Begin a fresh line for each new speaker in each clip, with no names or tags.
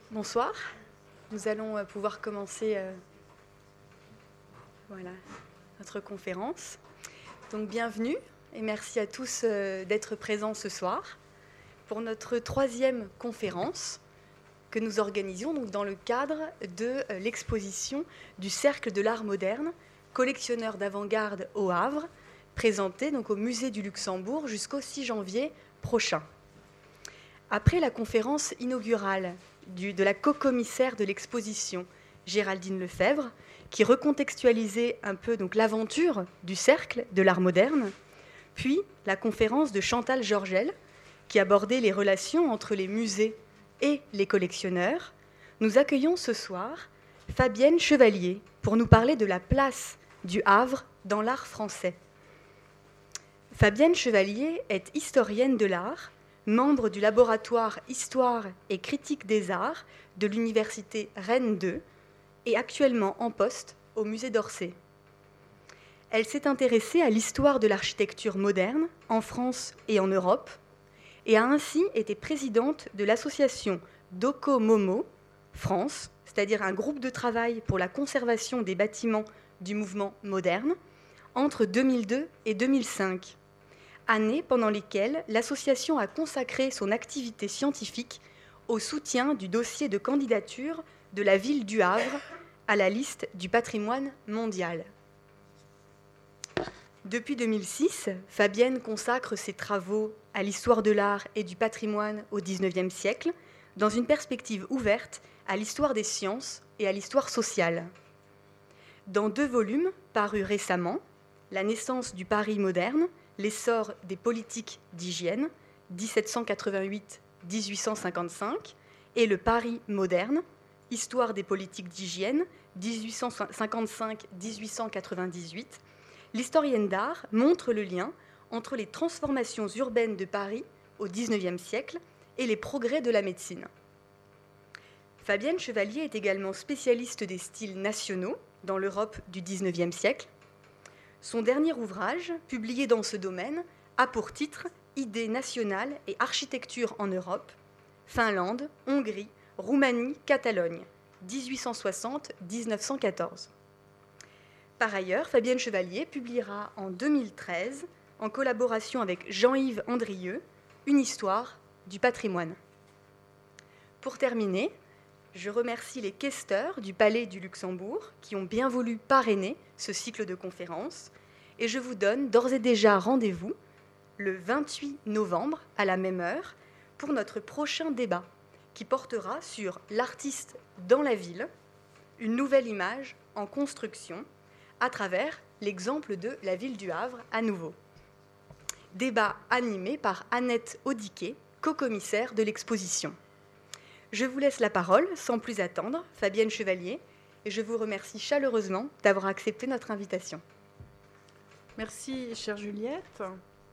Bonsoir, nous allons pouvoir commencer notre conférence. Donc bienvenue et merci à tous d'être présents ce soir pour notre troisième conférence que nous organisions donc, dans le cadre de l'exposition du Cercle de l'Art moderne, collectionneur d'avant-garde au Havre, présentée donc, au Musée du Luxembourg jusqu'au 6 janvier prochain. Après la conférence inaugurale de la co-commissaire de l'exposition, Géraldine Lefebvre, qui recontextualisait un peu donc, l'aventure du Cercle de l'Art moderne, puis la conférence de Chantal Georgel, qui abordait les relations entre les musées et les collectionneurs, nous accueillons ce soir Fabienne Chevalier pour nous parler de la place du Havre dans l'art français. Fabienne Chevalier est historienne de l'art, membre du laboratoire Histoire et Critique des Arts de l'Université Rennes 2 et actuellement en poste au Musée d'Orsay. Elle s'est intéressée à l'histoire de l'architecture moderne en France et en Europe et a ainsi été présidente de l'association DOCO-MOMO France, c'est-à-dire un groupe de travail pour la conservation des bâtiments du mouvement moderne, entre 2002 et 2005. Années pendant lesquelles l'association a consacré son activité scientifique au soutien du dossier de candidature de la ville du Havre à la liste du patrimoine mondial. Depuis 2006, Fabienne consacre ses travaux à l'histoire de l'art et du patrimoine au XIXe siècle, dans une perspective ouverte à l'histoire des sciences et à l'histoire sociale. Dans 2 volumes parus récemment, La naissance du Paris moderne, l'essor des politiques d'hygiène, 1788-1855, et le Paris moderne, histoire des politiques d'hygiène, 1855-1898, l'historienne d'art montre le lien entre les transformations urbaines de Paris au XIXe siècle et les progrès de la médecine. Fabienne Chevalier est également spécialiste des styles nationaux dans l'Europe du XIXe siècle. Son dernier ouvrage, publié dans ce domaine, a pour titre « Idées nationales et architecture en Europe, Finlande, Hongrie, Roumanie, Catalogne, 1860-1914 ». Par ailleurs, Fabienne Chevalier publiera en 2013, en collaboration avec Jean-Yves Andrieux, une histoire du patrimoine. Pour terminer, je remercie les questeurs du Palais du Luxembourg qui ont bien voulu parrainer ce cycle de conférences et je vous donne d'ores et déjà rendez-vous le 28 novembre à la même heure pour notre prochain débat qui portera sur l'artiste dans la ville, une nouvelle image en construction à travers l'exemple de la ville du Havre à nouveau. Débat animé par Annette Audiquet, co-commissaire de l'exposition. Je vous laisse la parole, sans plus attendre, Fabienne Chevalier, et je vous remercie chaleureusement d'avoir accepté notre invitation.
Merci, chère Juliette,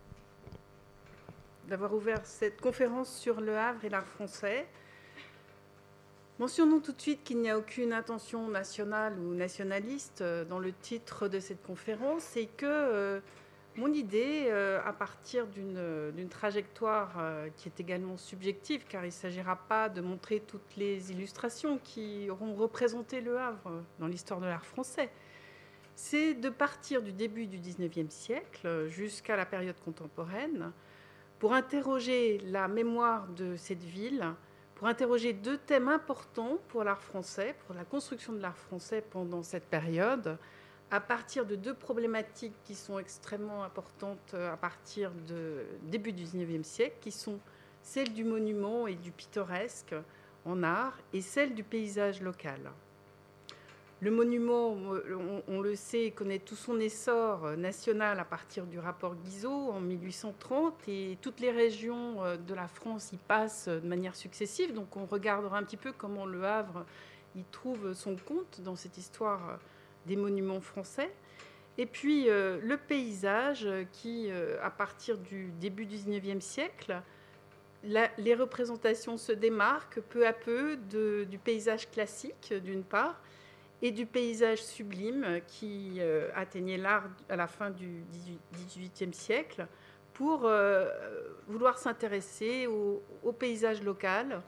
d'avoir ouvert cette conférence sur le Havre et l'art français. Mentionnons tout de suite qu'il n'y a aucune intention nationale ou nationaliste dans le titre de cette conférence et que mon idée, à partir d'une trajectoire qui est également subjective, car il ne s'agira pas de montrer toutes les illustrations qui auront représenté le Havre dans l'histoire de l'art français, c'est de partir du début du XIXe siècle jusqu'à la période contemporaine pour interroger la mémoire de cette ville, pour interroger 2 thèmes importants pour l'art français, pour la construction de l'art français pendant cette période, à partir de 2 problématiques qui sont extrêmement importantes à partir du début du XIXe siècle, qui sont celle du monument et du pittoresque en art et celle du paysage local. Le monument, on le sait, connaît tout son essor national à partir du rapport Guizot en 1830 et toutes les régions de la France y passent de manière successive. Donc on regardera un petit peu comment le Havre y trouve son compte dans cette histoire des monuments français. Et puis le paysage qui, à partir du début du XIXe siècle, les représentations se démarquent peu à peu du paysage classique d'une part, et du paysage sublime qui atteignait l'art à la fin du XVIIIe siècle pour vouloir s'intéresser au paysage local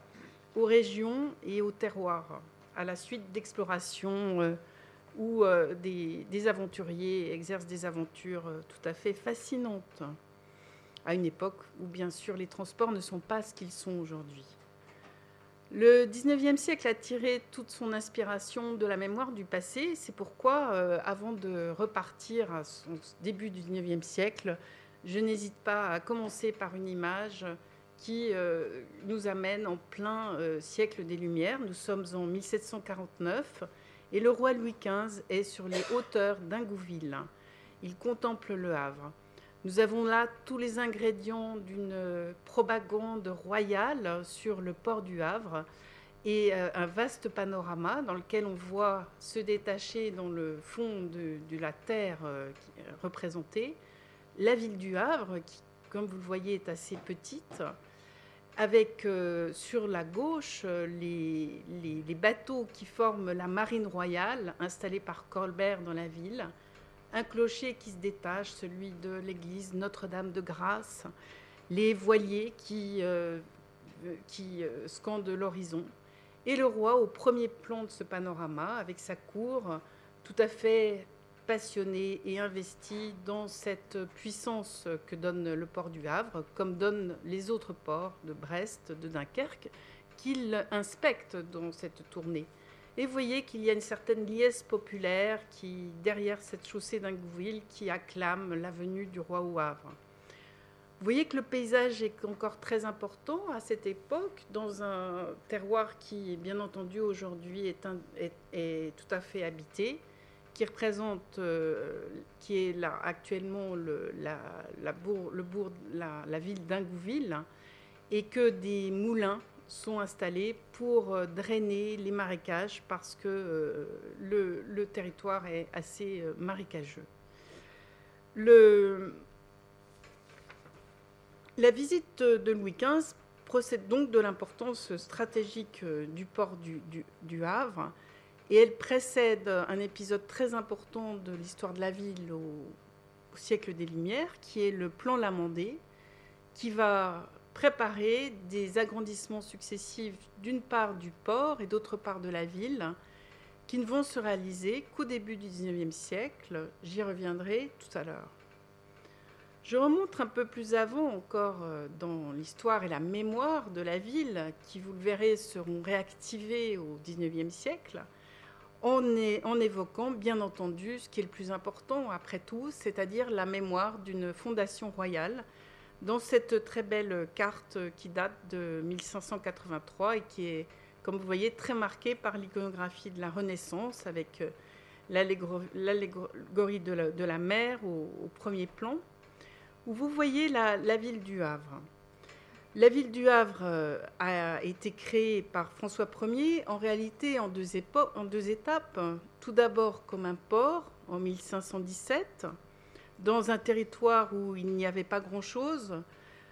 aux régions et aux terroirs, à la suite d'explorations où des aventuriers exercent des aventures tout à fait fascinantes, à une époque où, bien sûr, les transports ne sont pas ce qu'ils sont aujourd'hui. Le 19e siècle a tiré toute son inspiration de la mémoire du passé. C'est pourquoi, avant de repartir à son début du 19e siècle, je n'hésite pas à commencer par une image qui nous amène en plein siècle des Lumières. Nous sommes en 1749 et le roi Louis XV est sur les hauteurs d'Ingouville. Il contemple le Havre. Nous avons là tous les ingrédients d'une propagande royale sur le port du Havre et un vaste panorama dans lequel on voit se détacher dans le fond de la terre représentée la ville du Havre, qui, comme vous le voyez, est assez petite, avec sur la gauche les bateaux qui forment la marine royale installée par Colbert dans la ville, un clocher qui se détache, celui de l'église Notre-Dame de Grâce, les voiliers qui scandent l'horizon, et le roi au premier plan de ce panorama, avec sa cour tout à fait passionné et investi dans cette puissance que donne le port du Havre, comme donnent les autres ports de Brest, de Dunkerque, qu'il inspecte dans cette tournée. Et vous voyez qu'il y a une certaine liesse populaire qui, derrière cette chaussée d'Ingouville, qui acclame la venue du roi au Havre. Vous voyez que le paysage est encore très important à cette époque, dans un terroir qui, bien entendu, aujourd'hui est tout à fait habité, qui représente, qui est là actuellement la ville d'Ingouville, et que des moulins sont installés pour drainer les marécages parce que le territoire est assez marécageux. La visite de Louis XV procède donc de l'importance stratégique du port du Havre, et elle précède un épisode très important de l'histoire de la ville au siècle des Lumières, qui est le plan Lamandé, qui va préparer des agrandissements successifs d'une part du port et d'autre part de la ville, qui ne vont se réaliser qu'au début du XIXe siècle. J'y reviendrai tout à l'heure. Je remonte un peu plus avant encore dans l'histoire et la mémoire de la ville, qui, vous le verrez, seront réactivées au XIXe siècle, en évoquant, bien entendu, ce qui est le plus important après tout, c'est-à-dire la mémoire d'une fondation royale, dans cette très belle carte qui date de 1583 et qui est, comme vous voyez, très marquée par l'iconographie de la Renaissance, avec l'allégorie de la mer au premier plan, où vous voyez la ville du Havre. La ville du Havre a été créée par François Ier, en réalité en deux étapes. Tout d'abord comme un port en 1517, dans un territoire où il n'y avait pas grand-chose,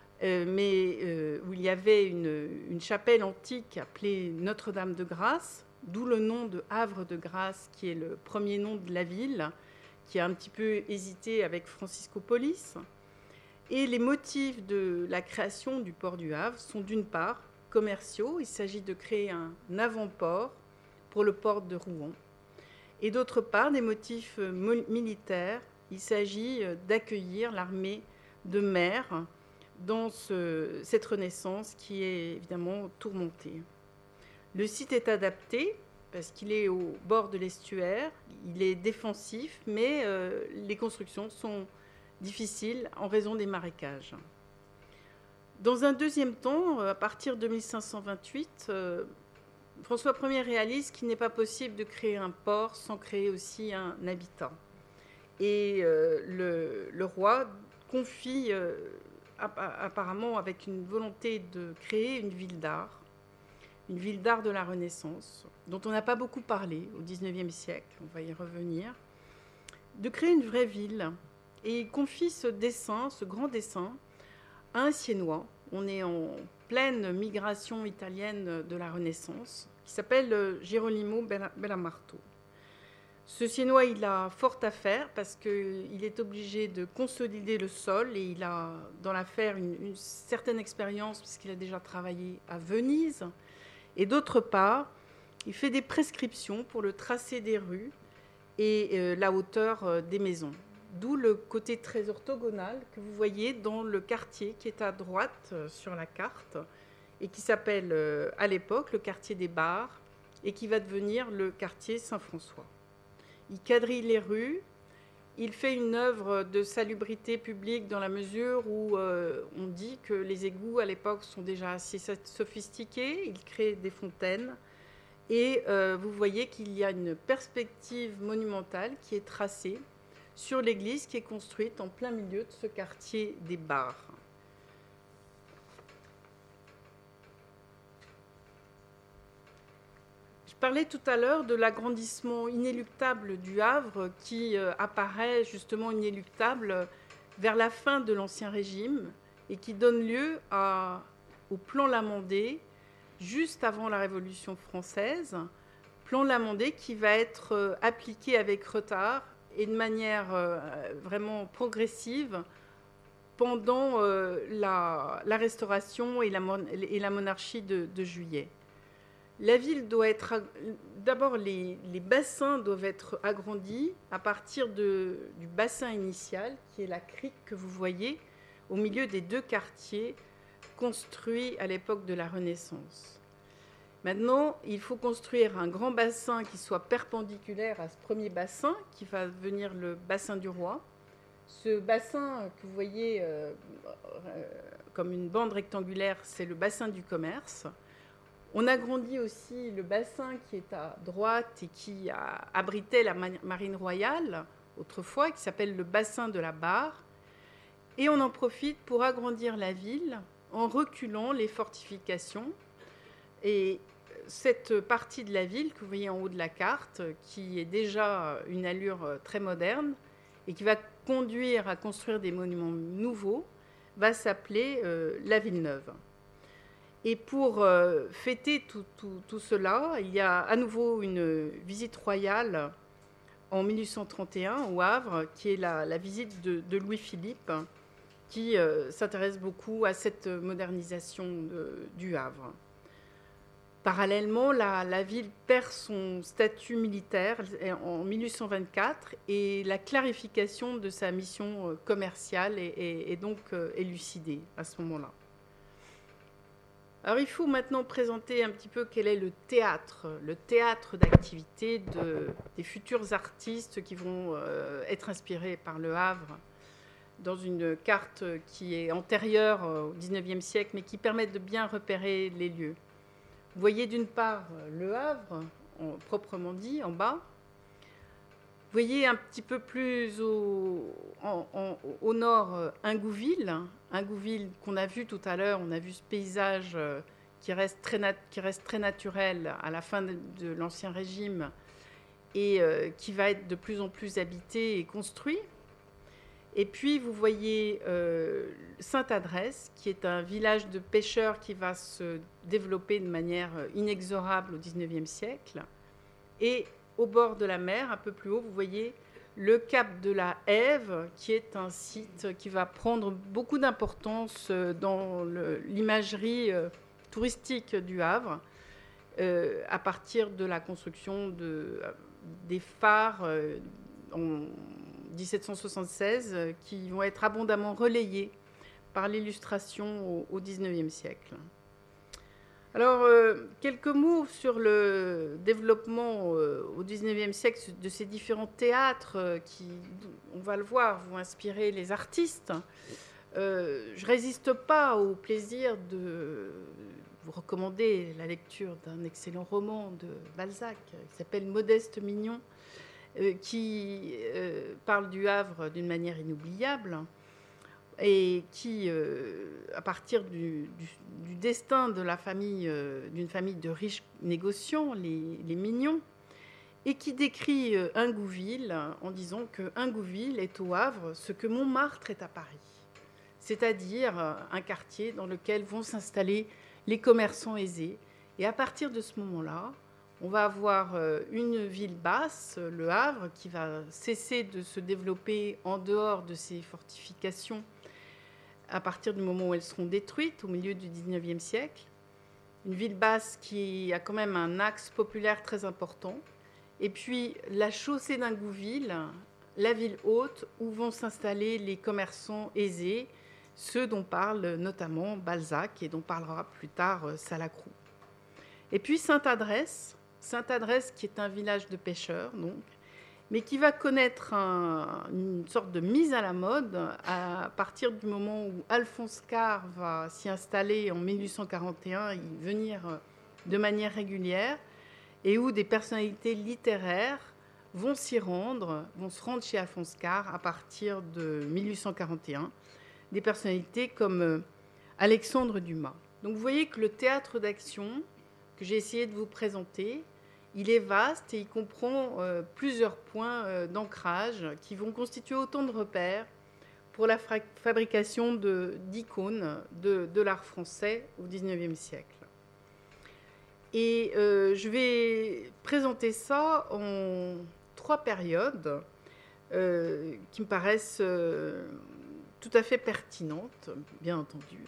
mais où il y avait une chapelle antique appelée Notre-Dame de Grâce, d'où le nom de Havre de Grâce, qui est le premier nom de la ville, qui a un petit peu hésité avec Franciscopolis. Et les motifs de la création du port du Havre sont d'une part commerciaux, il s'agit de créer un avant-port pour le port de Rouen, et d'autre part des motifs militaires, il s'agit d'accueillir l'armée de mer dans cette Renaissance qui est évidemment tourmentée. Le site est adapté parce qu'il est au bord de l'estuaire, il est défensif, mais les constructions sont difficile en raison des marécages. Dans un deuxième temps, à partir de 1528, François Ier réalise qu'il n'est pas possible de créer un port sans créer aussi un habitat. Et le roi confie, apparemment avec une volonté de créer une ville d'art de la Renaissance, dont on n'a pas beaucoup parlé au XIXe siècle, on va y revenir, de créer une vraie ville. Et il confie ce dessin, ce grand dessin, à un Siennois. On est en pleine migration italienne de la Renaissance, qui s'appelle Girolamo Bellamarto. Ce Siennois, il a fort à faire parce qu'il est obligé de consolider le sol et il a dans l'affaire une certaine expérience puisqu'il a déjà travaillé à Venise. Et d'autre part, il fait des prescriptions pour le tracé des rues et la hauteur des maisons. D'où le côté très orthogonal que vous voyez dans le quartier qui est à droite sur la carte et qui s'appelle à l'époque le quartier des Bars et qui va devenir le quartier Saint-François. Il quadrille les rues, il fait une œuvre de salubrité publique dans la mesure où on dit que les égouts à l'époque sont déjà assez sophistiqués, il crée des fontaines et vous voyez qu'il y a une perspective monumentale qui est tracée sur l'église qui est construite en plein milieu de ce quartier des Bars. Je parlais tout à l'heure de l'agrandissement inéluctable du Havre qui apparaît justement inéluctable vers la fin de l'Ancien Régime et qui donne lieu au plan Lamandé juste avant la Révolution française, plan Lamandé qui va être appliqué avec retard et de manière vraiment progressive pendant la Restauration et la monarchie de Juillet. La ville doit être... D'abord, les bassins doivent être agrandis à partir du bassin initial, qui est la crique que vous voyez au milieu des deux quartiers construits à l'époque de la Renaissance. Maintenant, il faut construire un grand bassin qui soit perpendiculaire à ce premier bassin, qui va devenir le bassin du Roi. Ce bassin que vous voyez comme une bande rectangulaire, c'est le bassin du commerce. On agrandit aussi le bassin qui est à droite et qui abritait la marine royale autrefois, qui s'appelle le bassin de la Barre. Et on en profite pour agrandir la ville en reculant les fortifications. Et cette partie de la ville que vous voyez en haut de la carte, qui est déjà une allure très moderne et qui va conduire à construire des monuments nouveaux, va s'appeler la Villeneuve. Et pour fêter tout cela, il y a à nouveau une visite royale en 1831 au Havre, qui est la visite de Louis-Philippe, qui s'intéresse beaucoup à cette modernisation du Havre. Parallèlement, la ville perd son statut militaire en 1824 et la clarification de sa mission commerciale est donc élucidée à ce moment-là. Alors il faut maintenant présenter un petit peu quel est le théâtre d'activité des futurs artistes qui vont être inspirés par le Havre dans une carte qui est antérieure au XIXe siècle mais qui permet de bien repérer les lieux. Vous voyez d'une part le Havre, proprement dit, en bas. Vous voyez un petit peu plus au nord Ingouville qu'on a vu tout à l'heure. On a vu ce paysage qui reste très naturel à la fin de l'Ancien Régime et qui va être de plus en plus habité et construit. Et puis, vous voyez Sainte-Adresse, qui est un village de pêcheurs qui va se développer de manière inexorable au XIXe siècle. Et au bord de la mer, un peu plus haut, vous voyez le cap de la Hève, qui est un site qui va prendre beaucoup d'importance dans l'imagerie touristique du Havre, à partir de la construction des phares en 1776, qui vont être abondamment relayés par l'illustration au XIXe siècle. Alors, quelques mots sur le développement au XIXe siècle de ces différents théâtres qui, on va le voir, vont inspirer les artistes. Je ne résiste pas au plaisir de vous recommander la lecture d'un excellent roman de Balzac qui s'appelle Modeste Mignon, qui parle du Havre d'une manière inoubliable et qui, à partir du destin de d'une famille de riches négociants, les Mignons, et qui décrit Ingouville en disant que Ingouville est au Havre ce que Montmartre est à Paris, c'est-à-dire un quartier dans lequel vont s'installer les commerçants aisés. Et à partir de ce moment-là, on va avoir une ville basse, le Havre, qui va cesser de se développer en dehors de ses fortifications à partir du moment où elles seront détruites au milieu du XIXe siècle. une ville basse qui a quand même un axe populaire très important. Et puis la chaussée d'Ingouville, la ville haute, où vont s'installer les commerçants aisés, ceux dont parle notamment Balzac et dont parlera plus tard Salacrou. Et puis Sainte-Adresse qui est un village de pêcheurs, donc, mais qui va connaître une sorte de mise à la mode à partir du moment où Alphonse Karr va s'y installer en 1841 et y venir de manière régulière, et où des personnalités littéraires vont se rendre chez Alphonse Karr à partir de 1841, des personnalités comme Alexandre Dumas. Donc vous voyez que le théâtre d'action que j'ai essayé de vous présenter, il est vaste et il comprend plusieurs points d'ancrage qui vont constituer autant de repères pour la fabrication d'icônes de l'art français au XIXe siècle. Et je vais présenter ça en 3 périodes qui me paraissent tout à fait pertinentes, bien entendu.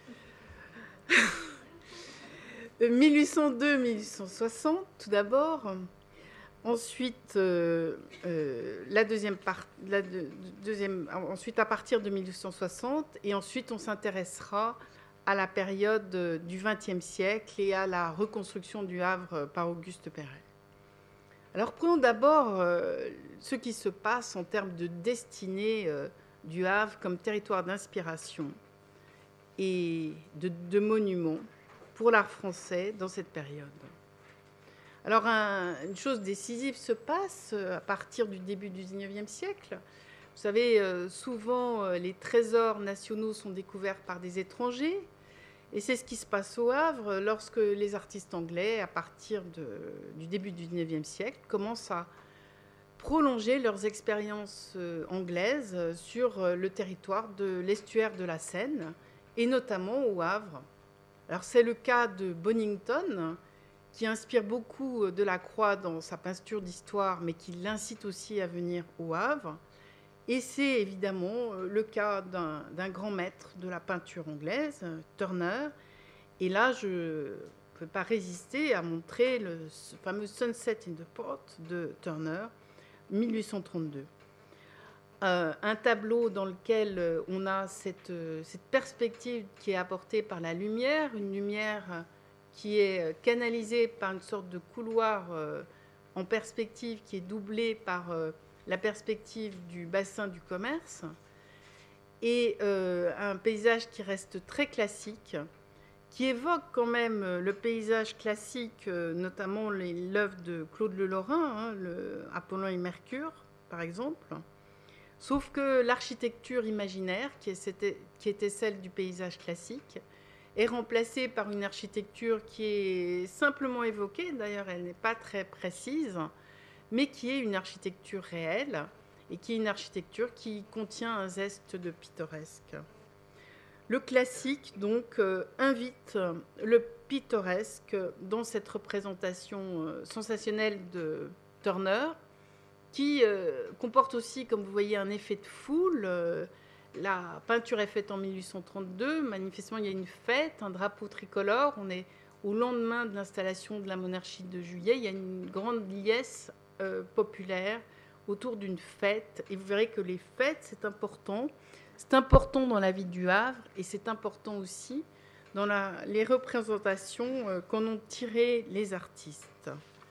1802-1860, tout d'abord. Ensuite, ensuite à partir de 1860, et ensuite on s'intéressera à la période du XXe siècle et à la reconstruction du Havre par Auguste Perret. Alors prenons d'abord ce qui se passe en termes de destinée du Havre comme territoire d'inspiration et de monuments pour l'art français dans cette période. Alors une chose décisive se passe à partir du début du XIXe siècle. Vous savez, souvent les trésors nationaux sont découverts par des étrangers, et c'est ce qui se passe au Havre lorsque les artistes anglais, à partir du début du XIXe siècle, commencent à prolonger leurs expériences anglaises sur le territoire de l'estuaire de la Seine, et notamment au Havre. Alors c'est le cas de Bonington, qui inspire beaucoup Delacroix dans sa peinture d'histoire, mais qui l'incite aussi à venir au Havre. Et c'est évidemment le cas d'un grand maître de la peinture anglaise, Turner. Et là, je ne peux pas résister à montrer ce fameux Sunset in the Pot de Turner, 1832. Un tableau dans lequel on a cette perspective qui est apportée par la lumière, une lumière qui est canalisée par une sorte de couloir en perspective qui est doublée par la perspective du bassin du commerce, et un paysage qui reste très classique, qui évoque quand même le paysage classique, notamment l'œuvre de Claude Le Lorrain, le Apollon et Mercure, par exemple. Sauf que l'architecture imaginaire, qui était celle du paysage classique, est remplacée par une architecture qui est simplement évoquée, d'ailleurs elle n'est pas très précise, mais qui est une architecture réelle et qui est une architecture qui contient un zeste de pittoresque. Le classique, donc, invite le pittoresque dans cette représentation sensationnelle de Turner, qui comporte aussi, comme vous voyez, un effet de foule. La peinture est faite en 1832. Manifestement, il y a une fête, un drapeau tricolore. On est au lendemain de l'installation de la monarchie de Juillet. Il y a une grande liesse populaire autour d'une fête. Et vous verrez que les fêtes, c'est important. C'est important dans la vie du Havre et c'est important aussi dans les représentations qu'en ont tirées les artistes.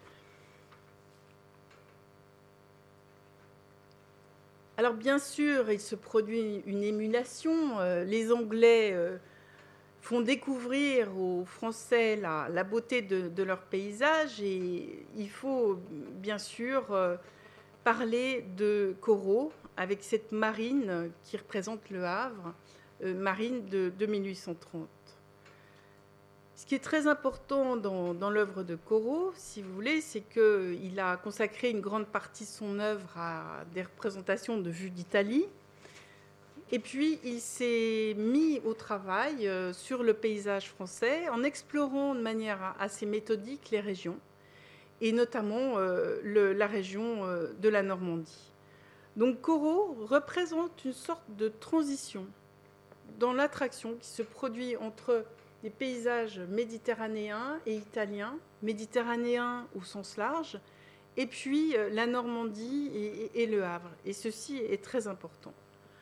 Alors bien sûr, il se produit une émulation. Les Anglais font découvrir aux Français la beauté de leur paysage, et il faut bien sûr parler de Corot avec cette marine qui représente le Havre, marine de 1830. Ce qui est très important dans l'œuvre de Corot, si vous voulez, c'est qu'il a consacré une grande partie de son œuvre à des représentations de vues d'Italie. Et puis, il s'est mis au travail sur le paysage français en explorant de manière assez méthodique les régions, et notamment la région de la Normandie. Donc, Corot représente une sorte de transition dans l'attraction qui se produit entre des paysages méditerranéens et italiens, méditerranéens au sens large, et puis la Normandie et Le Havre. Et ceci est très important.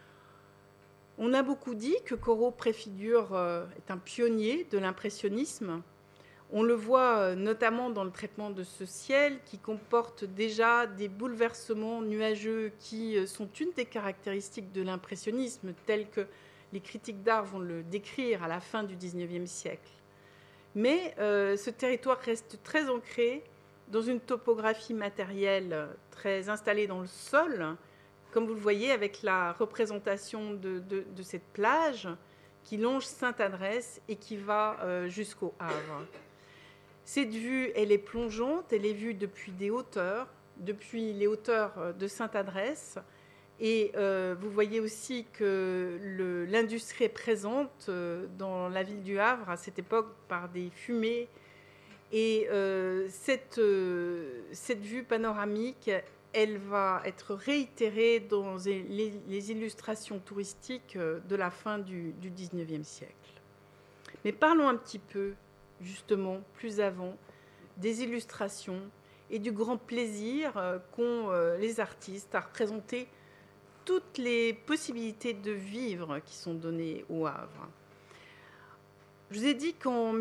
On a beaucoup dit que Corot préfigure est un pionnier de l'impressionnisme. On le voit notamment dans le traitement de ce ciel qui comporte déjà des bouleversements nuageux qui sont une des caractéristiques de l'impressionnisme, telles que les critiques d'art vont le décrire à la fin du XIXe siècle. Mais ce territoire reste très ancré dans une topographie matérielle très installée dans le sol, comme vous le voyez avec la représentation de cette plage qui longe Sainte-Adresse et qui va jusqu'au Havre. Cette vue, elle est plongeante, elle est vue depuis des hauteurs, depuis les hauteurs de Sainte-Adresse. Et vous voyez aussi que l'industrie est présente dans la ville du Havre à cette époque par des fumées. Et cette vue panoramique, elle va être réitérée dans les illustrations touristiques de la fin du XIXe siècle. Mais parlons un petit peu, justement, plus avant, des illustrations et du grand plaisir qu'ont les artistes à représenter toutes les possibilités de vivre qui sont données au Havre. Je vous ai dit qu'en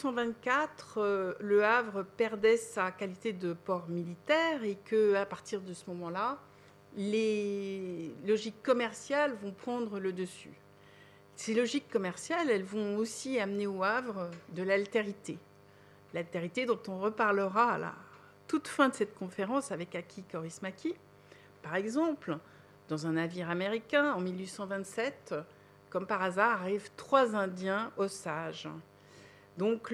1824, le Havre perdait sa qualité de port militaire et qu'à partir de ce moment-là, les logiques commerciales vont prendre le dessus. Ces logiques commerciales, elles vont aussi amener au Havre de l'altérité. L'altérité dont on reparlera à la toute fin de cette conférence avec Aki Kaurismäki. Par exemple, dans un navire américain, en 1827, comme par hasard, arrivent 3 Indiens Osages. Donc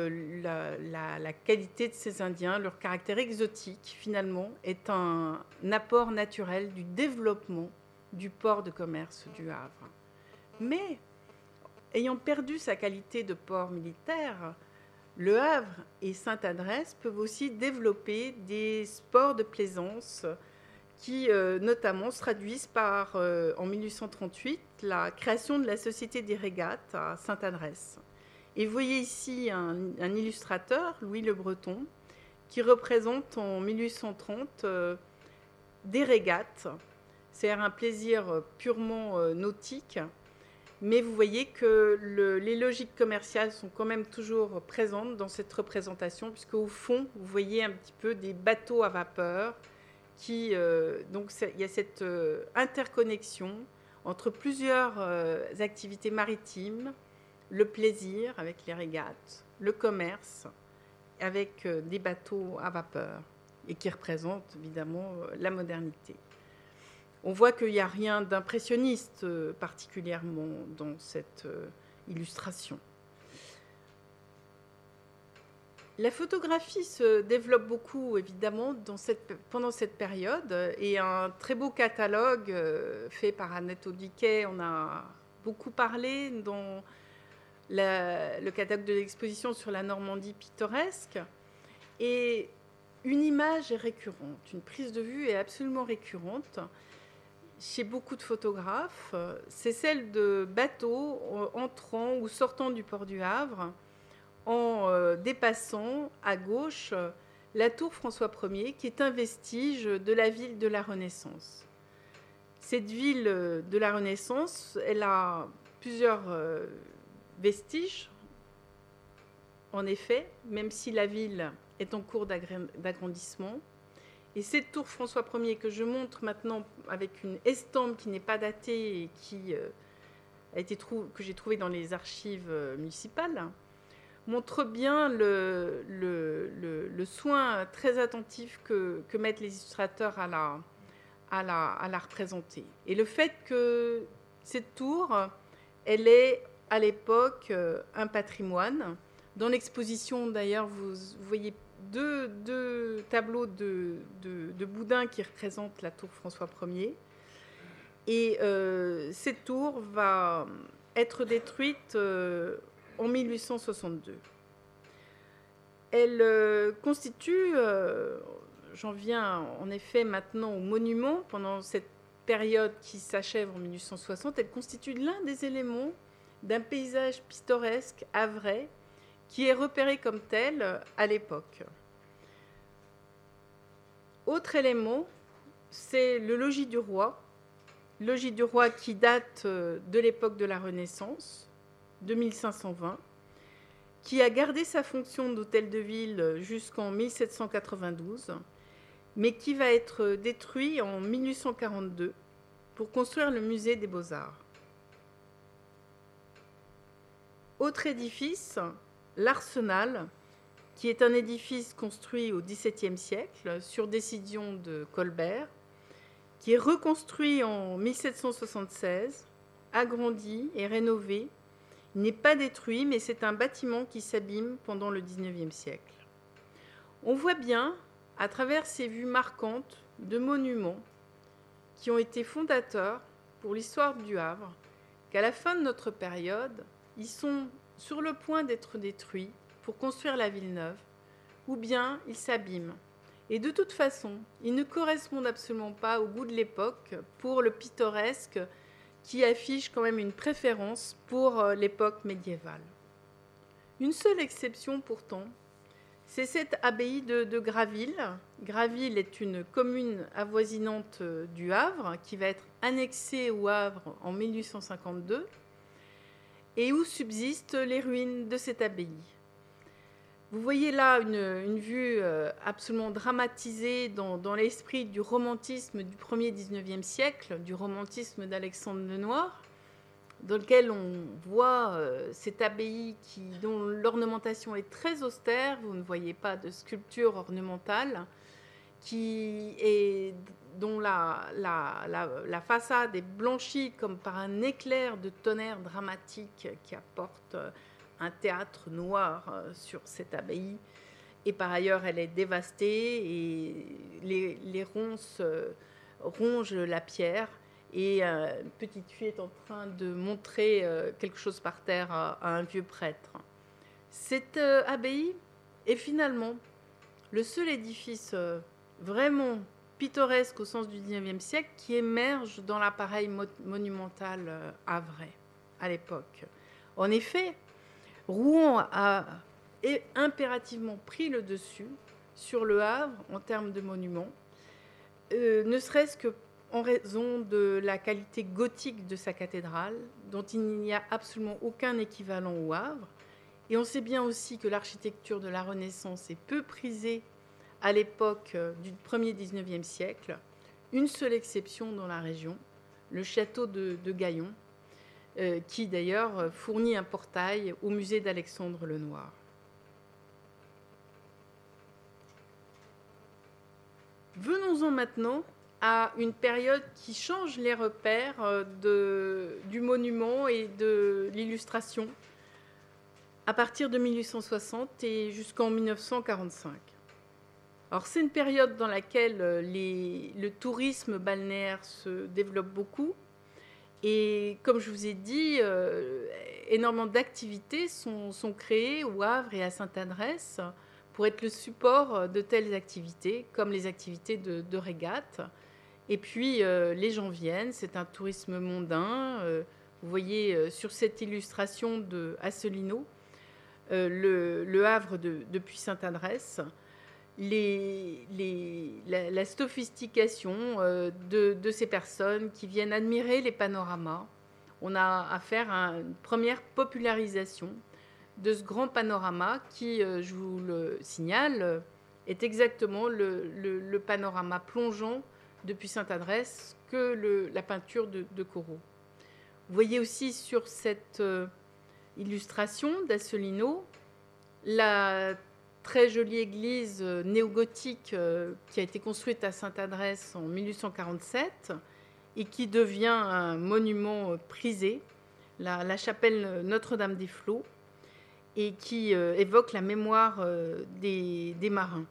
la qualité de ces Indiens, leur caractère exotique, finalement, est un apport naturel du développement du port de commerce du Havre. Mais, ayant perdu sa qualité de port militaire, Le Havre et Sainte-Adresse peuvent aussi développer des sports de plaisance qui notamment se traduisent par, en 1838, la création de la Société des régates à Sainte-Adresse. Et vous voyez ici un illustrateur, Louis Le Breton, qui représente en 1830 des régates, c'est-à-dire un plaisir purement nautique. Mais vous voyez que les logiques commerciales sont quand même toujours présentes dans cette représentation, puisque au fond, vous voyez un petit peu des bateaux à vapeur. Donc il y a cette interconnexion entre plusieurs activités maritimes, le plaisir avec les régates, le commerce avec des bateaux à vapeur, et qui représentent évidemment la modernité. On voit qu'il n'y a rien d'impressionniste particulièrement dans cette illustration. La photographie se développe beaucoup, évidemment, pendant cette période. Et un très beau catalogue fait par Annette Audiquet, on a beaucoup parlé dans le catalogue de l'exposition sur la Normandie pittoresque. Et une image est récurrente, une prise de vue est absolument récurrente chez beaucoup de photographes. C'est celle de bateaux entrant ou sortant du port du Havre, en dépassant à gauche la tour François Ier, qui est un vestige de la ville de la Renaissance. Cette ville de la Renaissance, elle a plusieurs vestiges, en effet, même si la ville est en cours d'agrandissement. Et cette tour François Ier que je montre maintenant avec une estampe qui n'est pas datée et que j'ai trouvée dans les archives municipales, montre bien le soin très attentif que mettent les illustrateurs à la représenter. Et le fait que cette tour, elle est à l'époque un patrimoine. Dans l'exposition, d'ailleurs, vous voyez deux tableaux de Boudin qui représentent la tour François Ier. Et cette tour va être détruite en 1862. Elle constitue, j'en viens en effet maintenant au monument, pendant cette période qui s'achève en 1860, elle constitue l'un des éléments d'un paysage pittoresque havrais qui est repéré comme tel à l'époque. Autre élément, c'est le logis du roi. Logis du roi qui date de l'époque de la Renaissance, de 1520, qui a gardé sa fonction d'hôtel de ville jusqu'en 1792, mais qui va être détruit en 1842 pour construire le musée des Beaux-Arts. Autre édifice, l'Arsenal, qui est un édifice construit au XVIIe siècle sur décision de Colbert, qui est reconstruit en 1776, agrandi et rénové. Il n'est pas détruit, mais c'est un bâtiment qui s'abîme pendant le XIXe siècle. On voit bien, à travers ces vues marquantes de monuments qui ont été fondateurs pour l'histoire du Havre, qu'à la fin de notre période, ils sont sur le point d'être détruits pour construire la ville neuve, ou bien ils s'abîment. Et de toute façon, ils ne correspondent absolument pas au goût de l'époque pour le pittoresque qui affiche quand même une préférence pour l'époque médiévale. Une seule exception pourtant, c'est cette abbaye de Graville. Graville est une commune avoisinante du Havre qui va être annexée au Havre en 1852 et où subsistent les ruines de cette abbaye. Vous voyez là une vue absolument dramatisée dans l'esprit du romantisme du 1er 19e siècle, du romantisme d'Alexandre Lenoir, dans lequel on voit cette abbaye dont l'ornementation est très austère, vous ne voyez pas de sculpture ornementale, dont la façade est blanchie comme par un éclair de tonnerre dramatique qui apporte un théâtre noir sur cette abbaye. Et par ailleurs, elle est dévastée et les ronces rongent la pierre. Et une petite fille est en train de montrer quelque chose par terre à un vieux prêtre. Cette abbaye est finalement le seul édifice vraiment pittoresque au sens du XIXe siècle qui émerge dans l'appareil monumental havrais à l'époque. En effet, Rouen a impérativement pris le dessus sur le Havre en termes de monuments, ne serait-ce qu'en raison de la qualité gothique de sa cathédrale, dont il n'y a absolument aucun équivalent au Havre. Et on sait bien aussi que l'architecture de la Renaissance est peu prisée à l'époque du 1er 19e siècle. Une seule exception dans la région, le château de Gaillon, qui d'ailleurs fournit un portail au musée d'Alexandre Lenoir. Venons-en maintenant à une période qui change les repères du monument et de l'illustration à partir de 1860 et jusqu'en 1945. Alors c'est une période dans laquelle le tourisme balnéaire se développe beaucoup. Et comme je vous ai dit, énormément d'activités sont créées au Havre et à Sainte-Adresse pour être le support de telles activités, comme les activités de régate. Et puis, les gens viennent, c'est un tourisme mondain. Vous voyez sur cette illustration de Asselineau, le Havre depuis Sainte-Adresse, la sophistication de ces personnes qui viennent admirer les panoramas. On a affaire à une première popularisation de ce grand panorama qui, je vous le signale, est exactement le panorama plongeant depuis Sainte-Adresse que la peinture de Corot. Vous voyez aussi sur cette illustration d'Asselineau la très jolie église néogothique qui a été construite à Sainte-Adresse en 1847 et qui devient un monument prisé, la chapelle Notre-Dame-des-Flots, et qui évoque la mémoire des marins.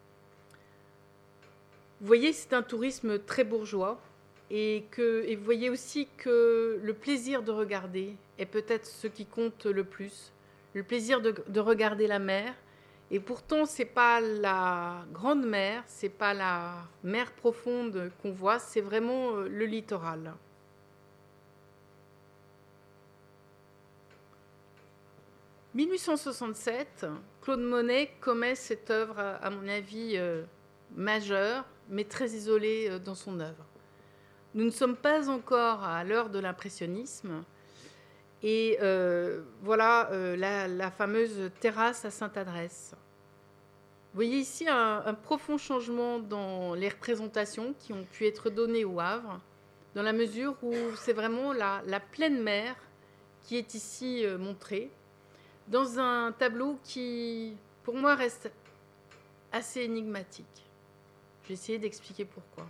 Vous voyez, c'est un tourisme très bourgeois et vous voyez aussi que le plaisir de regarder est peut-être ce qui compte le plus, le plaisir de regarder la mer. Et pourtant, ce n'est pas la grande mer, ce n'est pas la mer profonde qu'on voit, c'est vraiment le littoral. 1867, Claude Monet commet cette œuvre, à mon avis, majeure, mais très isolée dans son œuvre. Nous ne sommes pas encore à l'heure de l'impressionnisme. Et voilà la fameuse terrasse à Sainte-Adresse. Vous voyez ici un profond changement dans les représentations qui ont pu être données au Havre, dans la mesure où c'est vraiment la pleine mer qui est ici montrée, dans un tableau qui, pour moi, reste assez énigmatique. Je vais essayer d'expliquer pourquoi.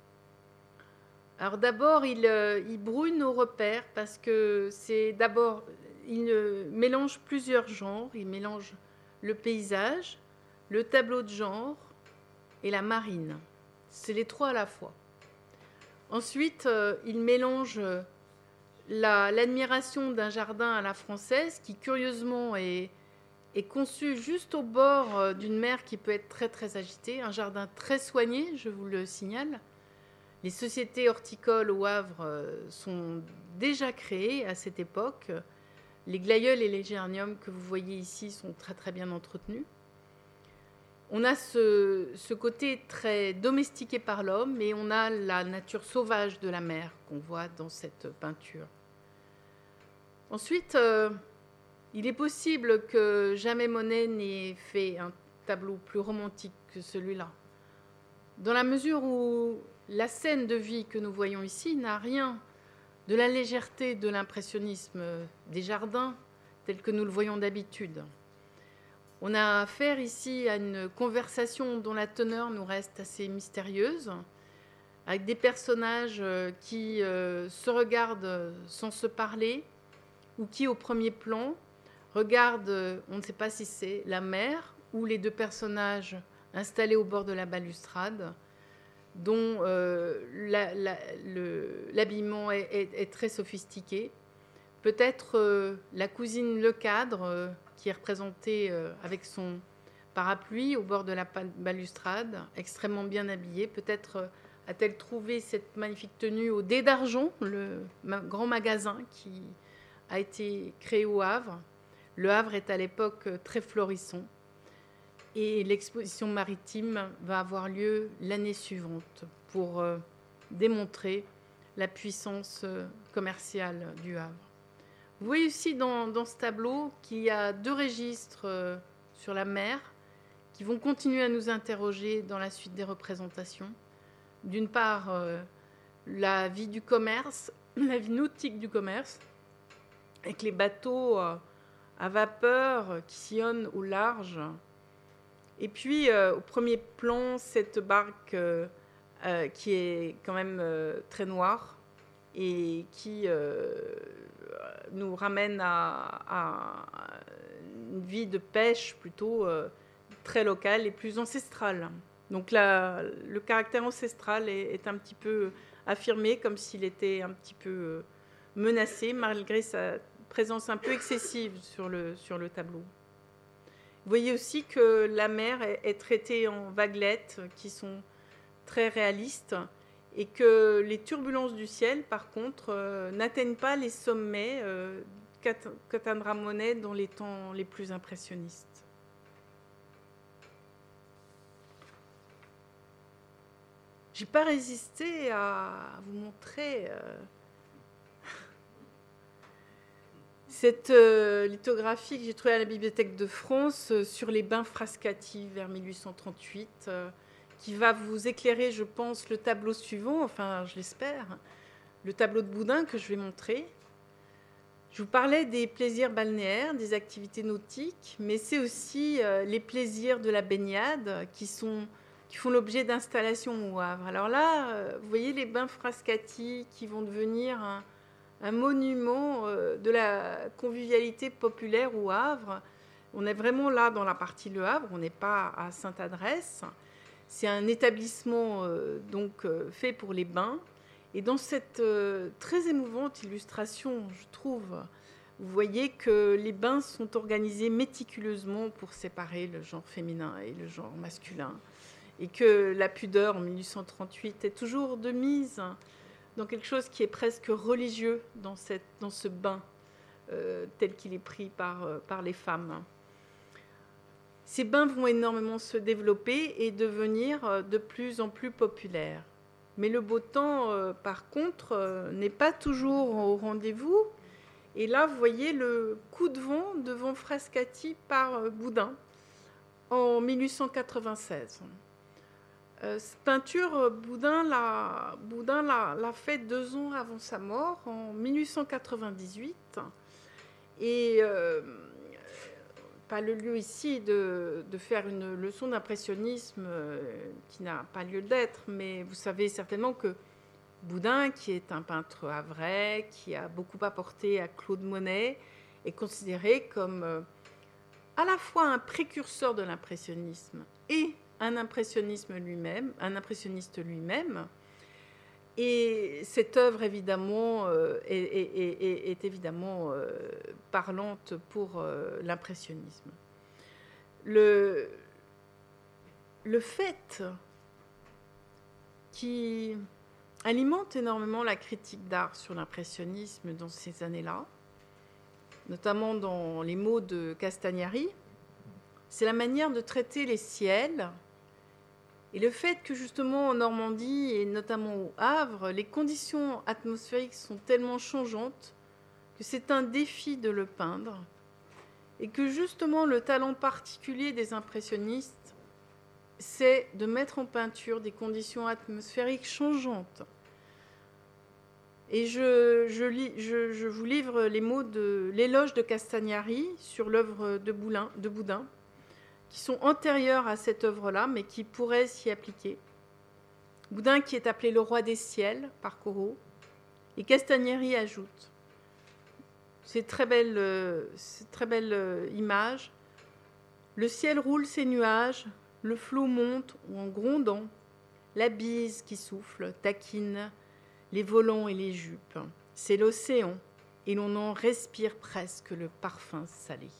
Alors d'abord, il brouille nos repères parce que c'est d'abord, il mélange plusieurs genres. Il mélange le paysage, le tableau de genre et la marine. C'est les trois à la fois. Ensuite, il mélange l'admiration d'un jardin à la française qui, curieusement, est conçu juste au bord d'une mer qui peut être très très agitée. Un jardin très soigné, je vous le signale. Les sociétés horticoles au Havre sont déjà créées à cette époque. Les glaïeuls et les géraniums que vous voyez ici sont très très bien entretenus. On a ce côté très domestiqué par l'homme, mais on a la nature sauvage de la mer qu'on voit dans cette peinture. Ensuite, il est possible que jamais Monet n'ait fait un tableau plus romantique que celui-là, dans la mesure où la scène de vie que nous voyons ici n'a rien de la légèreté de l'impressionnisme des jardins tel que nous le voyons d'habitude. On a affaire ici à une conversation dont la teneur nous reste assez mystérieuse, avec des personnages qui se regardent sans se parler, ou qui, au premier plan, regardent, on ne sait pas si c'est la mer ou les deux personnages installés au bord de la balustrade, dont l'habillement est très sophistiqué. Peut-être la cousine Lecadre, qui est représentée avec son parapluie au bord de la balustrade, extrêmement bien habillée. Peut-être a-t-elle trouvé cette magnifique tenue au Dé d'Argent, le grand magasin qui a été créé au Havre. Le Havre est à l'époque très florissant. Et l'exposition maritime va avoir lieu l'année suivante pour démontrer la puissance commerciale du Havre. Vous voyez aussi dans ce tableau qu'il y a deux registres sur la mer qui vont continuer à nous interroger dans la suite des représentations. D'une part, la vie du commerce, la vie nautique du commerce, avec les bateaux à vapeur qui sillonnent au large. Et puis, au premier plan, cette barque qui est quand même très noire et qui nous ramène à une vie de pêche plutôt très locale et plus ancestrale. Donc là, le caractère ancestral est un petit peu affirmé, comme s'il était un petit peu menacé, malgré sa présence un peu excessive sur le tableau. Vous voyez aussi que la mer est traitée en vaguelettes qui sont très réalistes et que les turbulences du ciel, par contre, n'atteignent pas les sommets qu'atteindra Monet dans les temps les plus impressionnistes. Je n'ai pas résisté à vous montrer cette lithographie que j'ai trouvée à la Bibliothèque de France sur les bains Frascati vers 1838, qui va vous éclairer, je pense, le tableau suivant, enfin, je l'espère, le tableau de Boudin que je vais montrer. Je vous parlais des plaisirs balnéaires, des activités nautiques, mais c'est aussi les plaisirs de la baignade qui font l'objet d'installations au Havre. Alors là, vous voyez les bains Frascati qui vont devenir un monument de la convivialité populaire au Havre. On est vraiment là dans la partie Le Havre, on n'est pas à Sainte-Adresse. C'est un établissement fait pour les bains. Et dans cette très émouvante illustration, je trouve, vous voyez que les bains sont organisés méticuleusement pour séparer le genre féminin et le genre masculin. Et que la pudeur, en 1838, est toujours de mise dans quelque chose qui est presque religieux dans ce bain tel qu'il est pris par les femmes. Ces bains vont énormément se développer et devenir de plus en plus populaires. Mais le beau temps, par contre, n'est pas toujours au rendez-vous. Et là, vous voyez le coup de vent Frascati par Boudin en 1896. Cette peinture, Boudin l'a fait 2 ans avant sa mort, en 1898. Et pas le lieu ici de faire une leçon d'impressionnisme qui n'a pas lieu d'être, mais vous savez certainement que Boudin, qui est un peintre havrais, qui a beaucoup apporté à Claude Monet, est considéré comme à la fois un précurseur de l'impressionnisme et un impressionniste lui-même. Et cette œuvre, évidemment, est évidemment parlante pour l'impressionnisme. Le fait qui alimente énormément la critique d'art sur l'impressionnisme dans ces années-là, notamment dans les mots de Castagnari, c'est la manière de traiter les ciels. Et le fait que justement en Normandie et notamment au Havre, les conditions atmosphériques sont tellement changeantes que c'est un défi de le peindre et que justement le talent particulier des impressionnistes, c'est de mettre en peinture des conditions atmosphériques changeantes. Et je vous livre les mots de l'éloge de Castagnari sur l'œuvre de Boudin, qui sont antérieurs à cette œuvre-là, mais qui pourraient s'y appliquer. Boudin, qui est appelé le roi des ciels par Corot, et Castagnari ajoute ces très belles images. Le ciel roule ses nuages, le flot monte en grondant, la bise qui souffle taquine les volants et les jupes. C'est l'océan, et l'on en respire presque le parfum salé.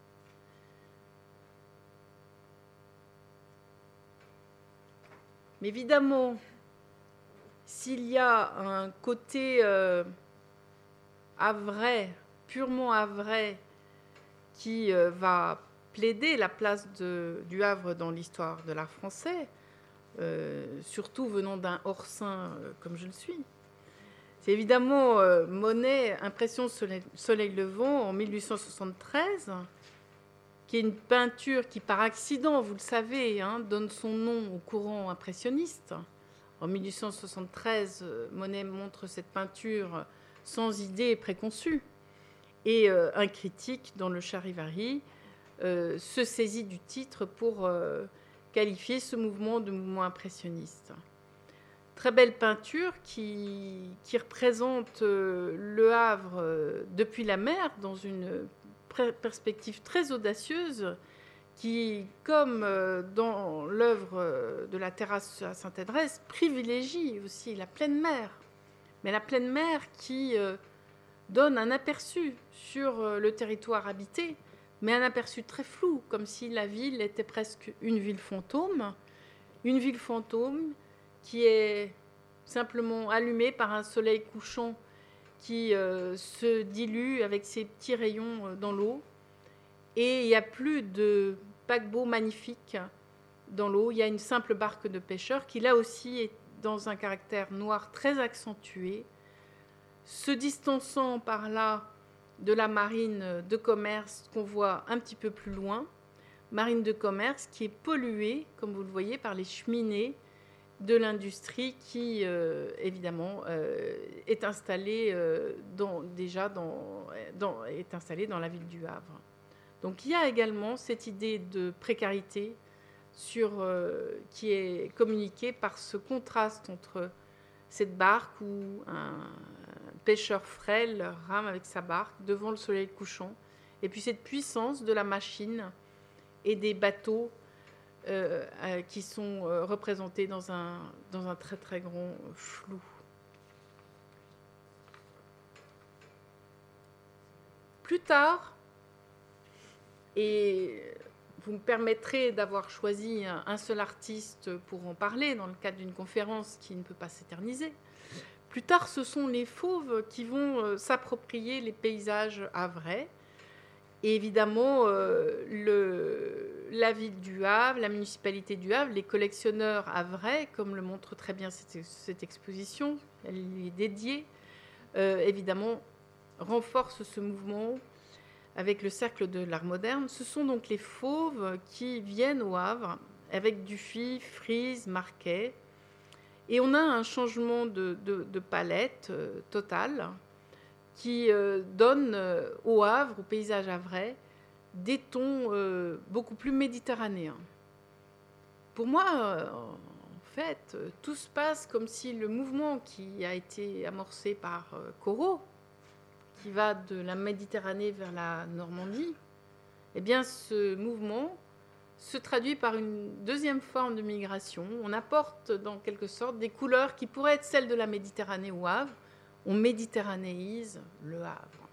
Mais évidemment, s'il y a un côté havrais, purement havrais, qui va plaider la place du Havre dans l'histoire de l'art français, surtout venant d'un hors-saint comme je le suis, c'est évidemment Monet, Impression soleil levant en 1873, qui est une peinture qui, par accident, vous le savez, donne son nom au courant impressionniste. En 1873, Monet montre cette peinture sans idée préconçue. Et un critique, dans le Charivari, se saisit du titre pour qualifier ce mouvement de mouvement impressionniste. Très belle peinture qui représente le Havre depuis la mer dans une perspective très audacieuse qui, comme dans l'œuvre de la terrasse à Sainte-Adresse, privilégie aussi la pleine mer. Mais la pleine mer qui donne un aperçu sur le territoire habité, mais un aperçu très flou, comme si la ville était presque une ville fantôme qui est simplement allumée par un soleil couchant qui se dilue avec ses petits rayons dans l'eau. Et il n'y a plus de paquebot magnifique dans l'eau. Il y a une simple barque de pêcheurs qui, là aussi, est dans un caractère noir très accentué, se distançant par là de la marine de commerce qu'on voit un petit peu plus loin. Marine de commerce qui est polluée, comme vous le voyez, par les cheminées de l'industrie qui, évidemment, est installée est installée dans la ville du Havre. Donc il y a également cette idée de précarité qui est communiquée par ce contraste entre cette barque où un pêcheur frêle rame avec sa barque devant le soleil couchant, et puis cette puissance de la machine et des bateaux qui sont représentés dans un très très grand flou. Plus tard, et vous me permettrez d'avoir choisi un seul artiste pour en parler dans le cadre d'une conférence qui ne peut pas s'éterniser, Plus tard, ce sont les fauves qui vont s'approprier les paysages havrais. Et évidemment, la ville du Havre, la municipalité du Havre, les collectionneurs havrais, comme le montre très bien cette exposition, elle y est dédiée, évidemment, renforcent ce mouvement avec le cercle de l'art moderne. Ce sont donc les fauves qui viennent au Havre avec Dufy, Frise, Marquet. Et on a un changement de palette totale qui donne au Havre, au paysage havrais, des tons beaucoup plus méditerranéens. Pour moi, en fait, tout se passe comme si le mouvement qui a été amorcé par Corot, qui va de la Méditerranée vers la Normandie, eh bien, ce mouvement se traduit par une deuxième forme de migration. On apporte, dans quelque sorte, des couleurs qui pourraient être celles de la Méditerranée au Havre. On méditerranéise le Havre.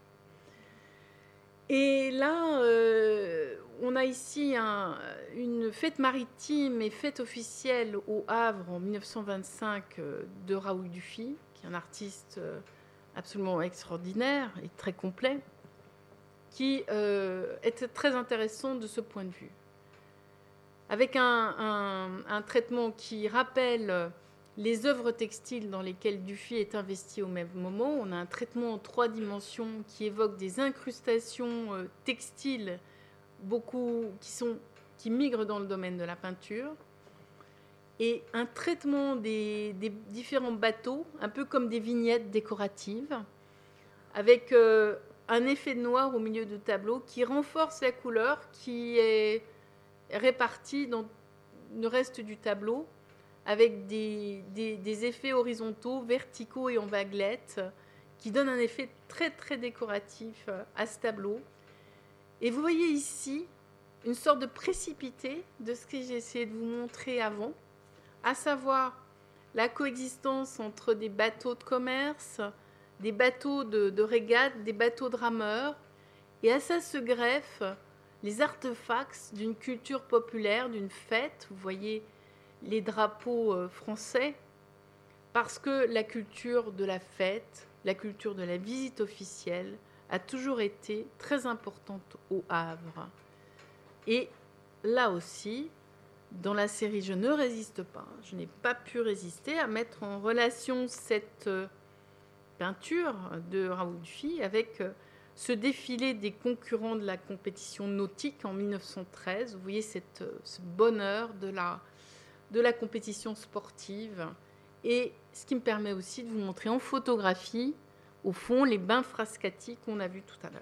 Et là, on a ici une fête maritime et fête officielle au Havre en 1925 de Raoul Dufy, qui est un artiste absolument extraordinaire et très complet, qui était très intéressant de ce point de vue. Avec un traitement qui rappelle les œuvres textiles dans lesquelles Dufy est investi au même moment. On a un traitement en 3 dimensions qui évoque des incrustations textiles qui migrent dans le domaine de la peinture. Et un traitement des différents bateaux, un peu comme des vignettes décoratives, avec un effet de noir au milieu du tableau qui renforce la couleur qui est répartie dans le reste du tableau, avec des effets horizontaux, verticaux et en vaguelettes, qui donnent un effet très très décoratif à ce tableau. Et vous voyez ici une sorte de précipité de ce que j'ai essayé de vous montrer avant, à savoir la coexistence entre des bateaux de commerce, des bateaux de régate, des bateaux de rameurs, et à ça se greffent les artefacts d'une culture populaire, d'une fête. Vous voyez les drapeaux français, parce que la culture de la fête, la culture de la visite officielle a toujours été très importante au Havre. Et là aussi, dans la série Je ne résiste pas, je n'ai pas pu résister à mettre en relation cette peinture de Raoul Dufy avec ce défilé des concurrents de la compétition nautique en 1913. Vous voyez ce bonheur de la compétition sportive, et ce qui me permet aussi de vous montrer en photographie, au fond, les bains frascati qu'on a vus tout à l'heure.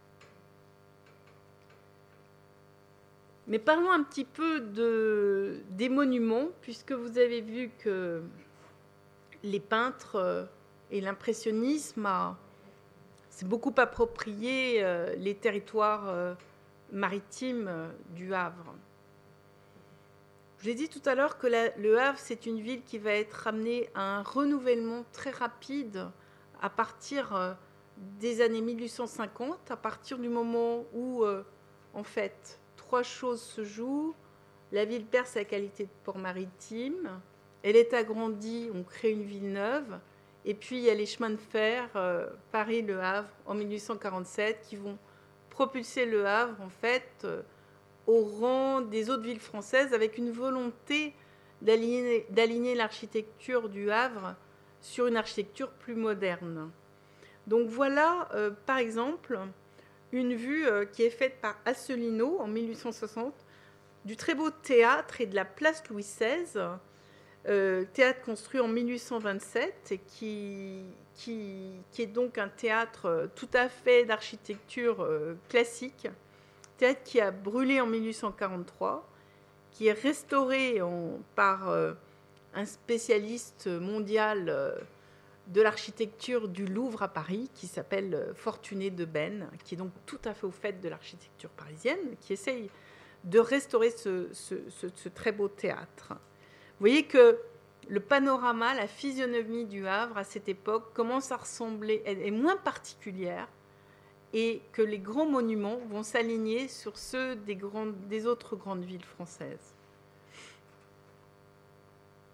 Mais parlons un petit peu des monuments, puisque vous avez vu que les peintres et l'impressionnisme s'est beaucoup approprié les territoires maritimes du Havre. Je l'ai dit tout à l'heure que le Havre, c'est une ville qui va être amenée à un renouvellement très rapide à partir des années 1850, à partir du moment où, en fait, 3 choses se jouent. La ville perd sa qualité de port maritime, elle est agrandie, on crée une ville neuve, et puis il y a les chemins de fer Paris-Le Havre en 1847 qui vont propulser Le Havre, en fait, au rang des autres villes françaises, avec une volonté d'aligner l'architecture du Havre sur une architecture plus moderne. Donc voilà, par exemple, une vue qui est faite par Asselineau en 1860 du très beau théâtre et de la place Louis XVI, théâtre construit en 1827 et qui est donc un théâtre tout à fait d'architecture classique, théâtre qui a brûlé en 1843, qui est restauré par un spécialiste mondial de l'architecture du Louvre à Paris, qui s'appelle Fortuné de Benne, qui est donc tout à fait au fait de l'architecture parisienne, qui essaye de restaurer ce très beau théâtre. Vous voyez que le panorama, la physionomie du Havre à cette époque commence à ressembler, est moins particulière, et que les grands monuments vont s'aligner sur ceux des autres grandes villes françaises.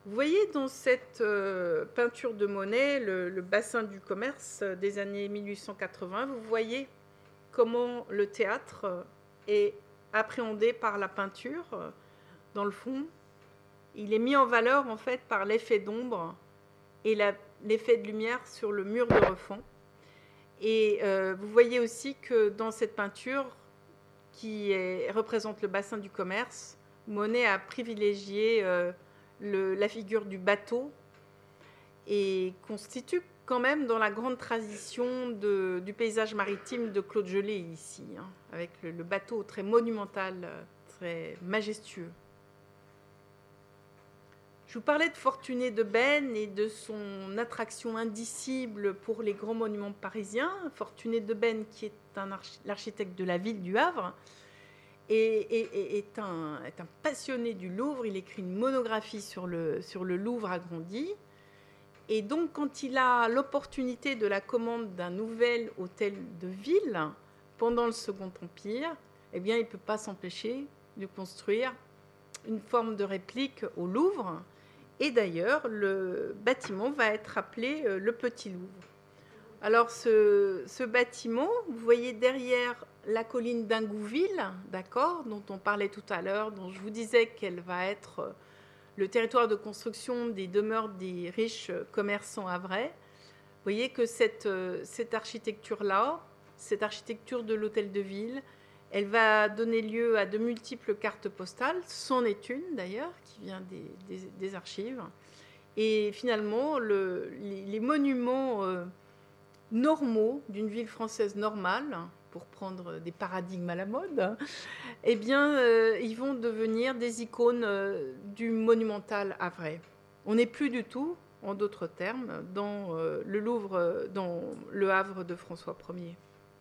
Vous voyez dans cette peinture de Monet, le bassin du commerce des années 1880, vous voyez comment le théâtre est appréhendé par la peinture. Dans le fond, il est mis en valeur en fait par l'effet d'ombre et l'effet de lumière sur le mur de refend. Et vous voyez aussi que dans cette peinture qui représente le bassin du commerce, Monet a privilégié la figure du bateau et constitue quand même dans la grande tradition du paysage maritime de Claude Gelée ici, hein, avec le bateau très monumental, très majestueux. Je vous parlais de Fortuné de Bène et de son attraction indicible pour les grands monuments parisiens. Fortuné de Bène, qui est l'architecte de la ville du Havre, est un passionné du Louvre. Il écrit une monographie sur le Louvre agrandi. Et donc, quand il a l'opportunité de la commande d'un nouvel hôtel de ville pendant le Second Empire, eh bien, il ne peut pas s'empêcher de construire une forme de réplique au Louvre. Et d'ailleurs, le bâtiment va être appelé le Petit Louvre. Alors, ce bâtiment, vous voyez derrière la colline d'Ingouville, d'accord, dont on parlait tout à l'heure, dont je vous disais qu'elle va être le territoire de construction des demeures des riches commerçants havrais. Vous voyez que cette architecture-là, cette architecture de l'hôtel de ville, elle va donner lieu à de multiples cartes postales, c'en est une d'ailleurs, qui vient des archives. Et finalement, les monuments normaux d'une ville française normale, pour prendre des paradigmes à la mode, eh bien, ils vont devenir des icônes du monumental havrais. On n'est plus du tout, en d'autres termes, dans le Louvre, dans le Havre de François Ier.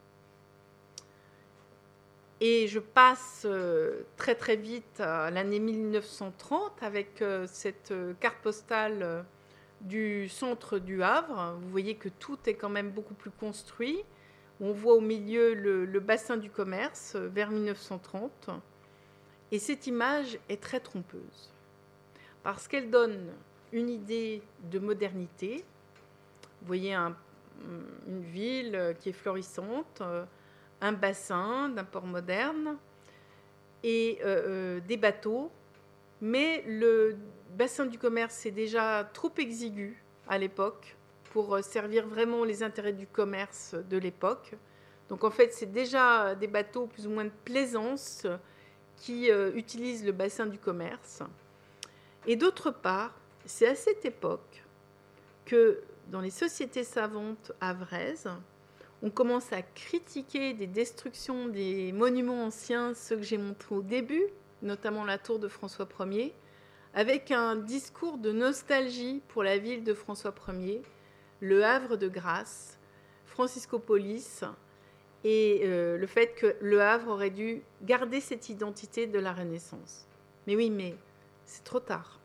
Et je passe très très vite à l'année 1930 avec cette carte postale du centre du Havre. Vous voyez que tout est quand même beaucoup plus construit. On voit au milieu le bassin du commerce vers 1930. Et cette image est très trompeuse parce qu'elle donne une idée de modernité. Vous voyez une ville qui est florissante, un bassin d'un port moderne et des bateaux. Mais le bassin du commerce est déjà trop exigu à l'époque pour servir vraiment les intérêts du commerce de l'époque. Donc en fait, c'est déjà des bateaux plus ou moins de plaisance qui utilisent le bassin du commerce. Et d'autre part, c'est à cette époque que dans les sociétés savantes havraises, on commence à critiquer des destructions des monuments anciens, ceux que j'ai montrés au début, notamment la tour de François Ier, avec un discours de nostalgie pour la ville de François Ier, le Havre de grâce, Franciscopolis, et le fait que le Havre aurait dû garder cette identité de la Renaissance. Mais oui, mais c'est trop tard.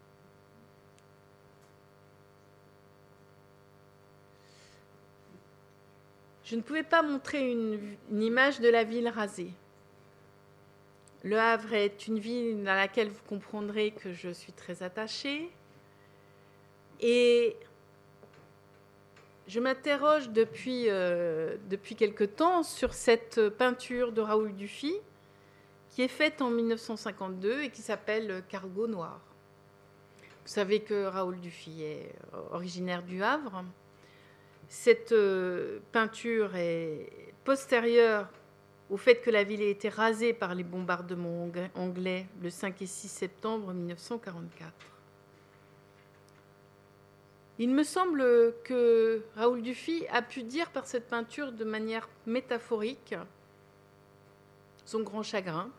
Je ne pouvais pas montrer une image de la ville rasée. Le Havre est une ville à laquelle vous comprendrez que je suis très attachée. Et je m'interroge depuis quelque temps sur cette peinture de Raoul Dufy qui est faite en 1952 et qui s'appelle Cargo noir. Vous savez que Raoul Dufy est originaire du Havre. Cette peinture est postérieure au fait que la ville ait été rasée par les bombardements anglais le 5 et 6 septembre 1944. Il me semble que Raoul Dufy a pu dire par cette peinture de manière métaphorique son grand chagrin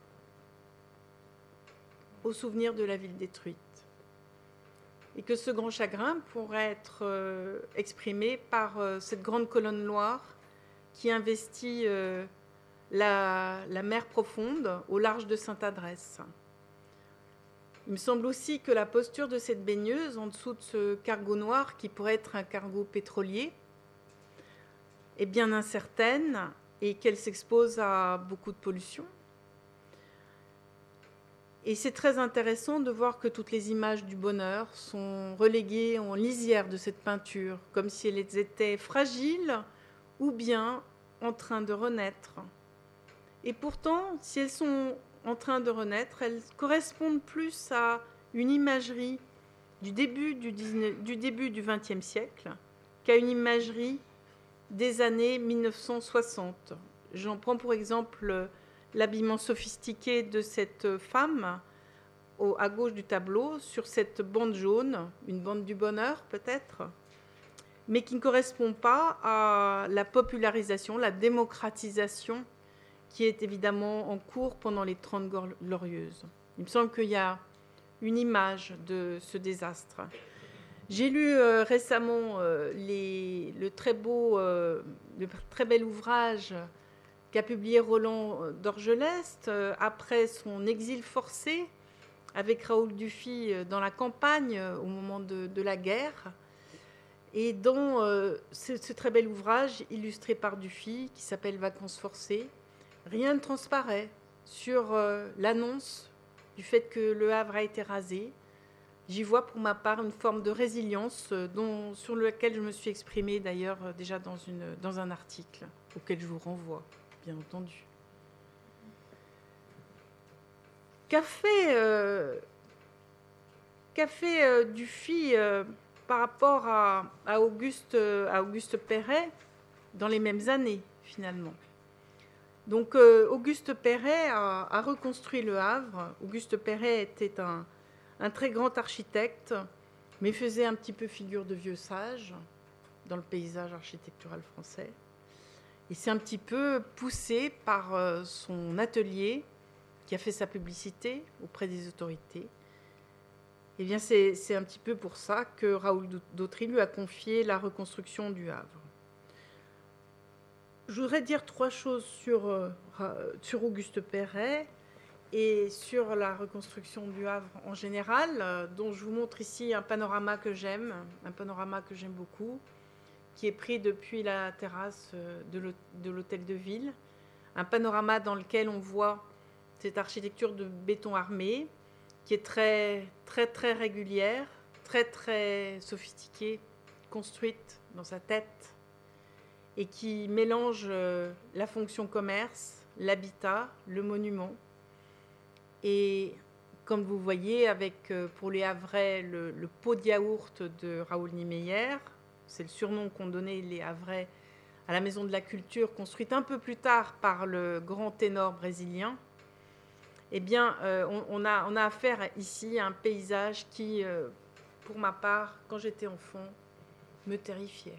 au souvenir de la ville détruite. Et que ce grand chagrin pourrait être exprimé par cette grande colonne noire qui investit la mer profonde au large de Sainte-Adresse. Il me semble aussi que la posture de cette baigneuse en dessous de ce cargo noir, qui pourrait être un cargo pétrolier, est bien incertaine et qu'elle s'expose à beaucoup de pollution. Et c'est très intéressant de voir que toutes les images du bonheur sont reléguées en lisière de cette peinture, comme si elles étaient fragiles ou bien en train de renaître. Et pourtant, si elles sont en train de renaître, elles correspondent plus à une imagerie du début du XXe siècle qu'à une imagerie des années 1960. J'en prends pour exemple l'habillement sophistiqué de cette femme à gauche du tableau, sur cette bande jaune, une bande du bonheur peut-être, mais qui ne correspond pas à la popularisation, la démocratisation qui est évidemment en cours pendant les 30 Glorieuses. Il me semble qu'il y a une image de ce désastre. J'ai lu récemment le très bel ouvrage qu'a publié Roland d'Orgelest après son exil forcé avec Raoul Dufy dans la campagne au moment de la guerre. Et dans ce très bel ouvrage illustré par Dufy qui s'appelle Vacances forcées, rien ne transparaît sur l'annonce du fait que Le Havre a été rasé. J'y vois pour ma part une forme de résilience sur laquelle je me suis exprimée d'ailleurs déjà dans un article auquel je vous renvoie, bien entendu. Qu'a fait Dufy par rapport à Auguste Perret dans les mêmes années, finalement? Donc, Auguste Perret a reconstruit Le Havre. Auguste Perret était un très grand architecte, mais faisait un petit peu figure de vieux sage dans le paysage architectural français. Et c'est un petit peu poussé par son atelier, qui a fait sa publicité auprès des autorités. Eh bien, c'est un petit peu pour ça que Raoul Dautry lui a confié la reconstruction du Havre. Je voudrais dire 3 choses sur Auguste Perret et sur la reconstruction du Havre en général, dont je vous montre ici un panorama que j'aime beaucoup, qui est pris depuis la terrasse de l'hôtel de ville. Un panorama dans lequel on voit cette architecture de béton armé, qui est très, très, très régulière, très, très sophistiquée, construite dans sa tête, et qui mélange la fonction commerce, l'habitat, le monument. Et comme vous voyez, avec pour les Havrais, le pot de yaourt de Raoul Niemeyer, c'est le surnom qu'ont donné les Havrais à la Maison de la Culture, construite un peu plus tard par le grand ténor brésilien. Eh bien, on a affaire ici à un paysage qui, pour ma part, quand j'étais enfant, me terrifiait.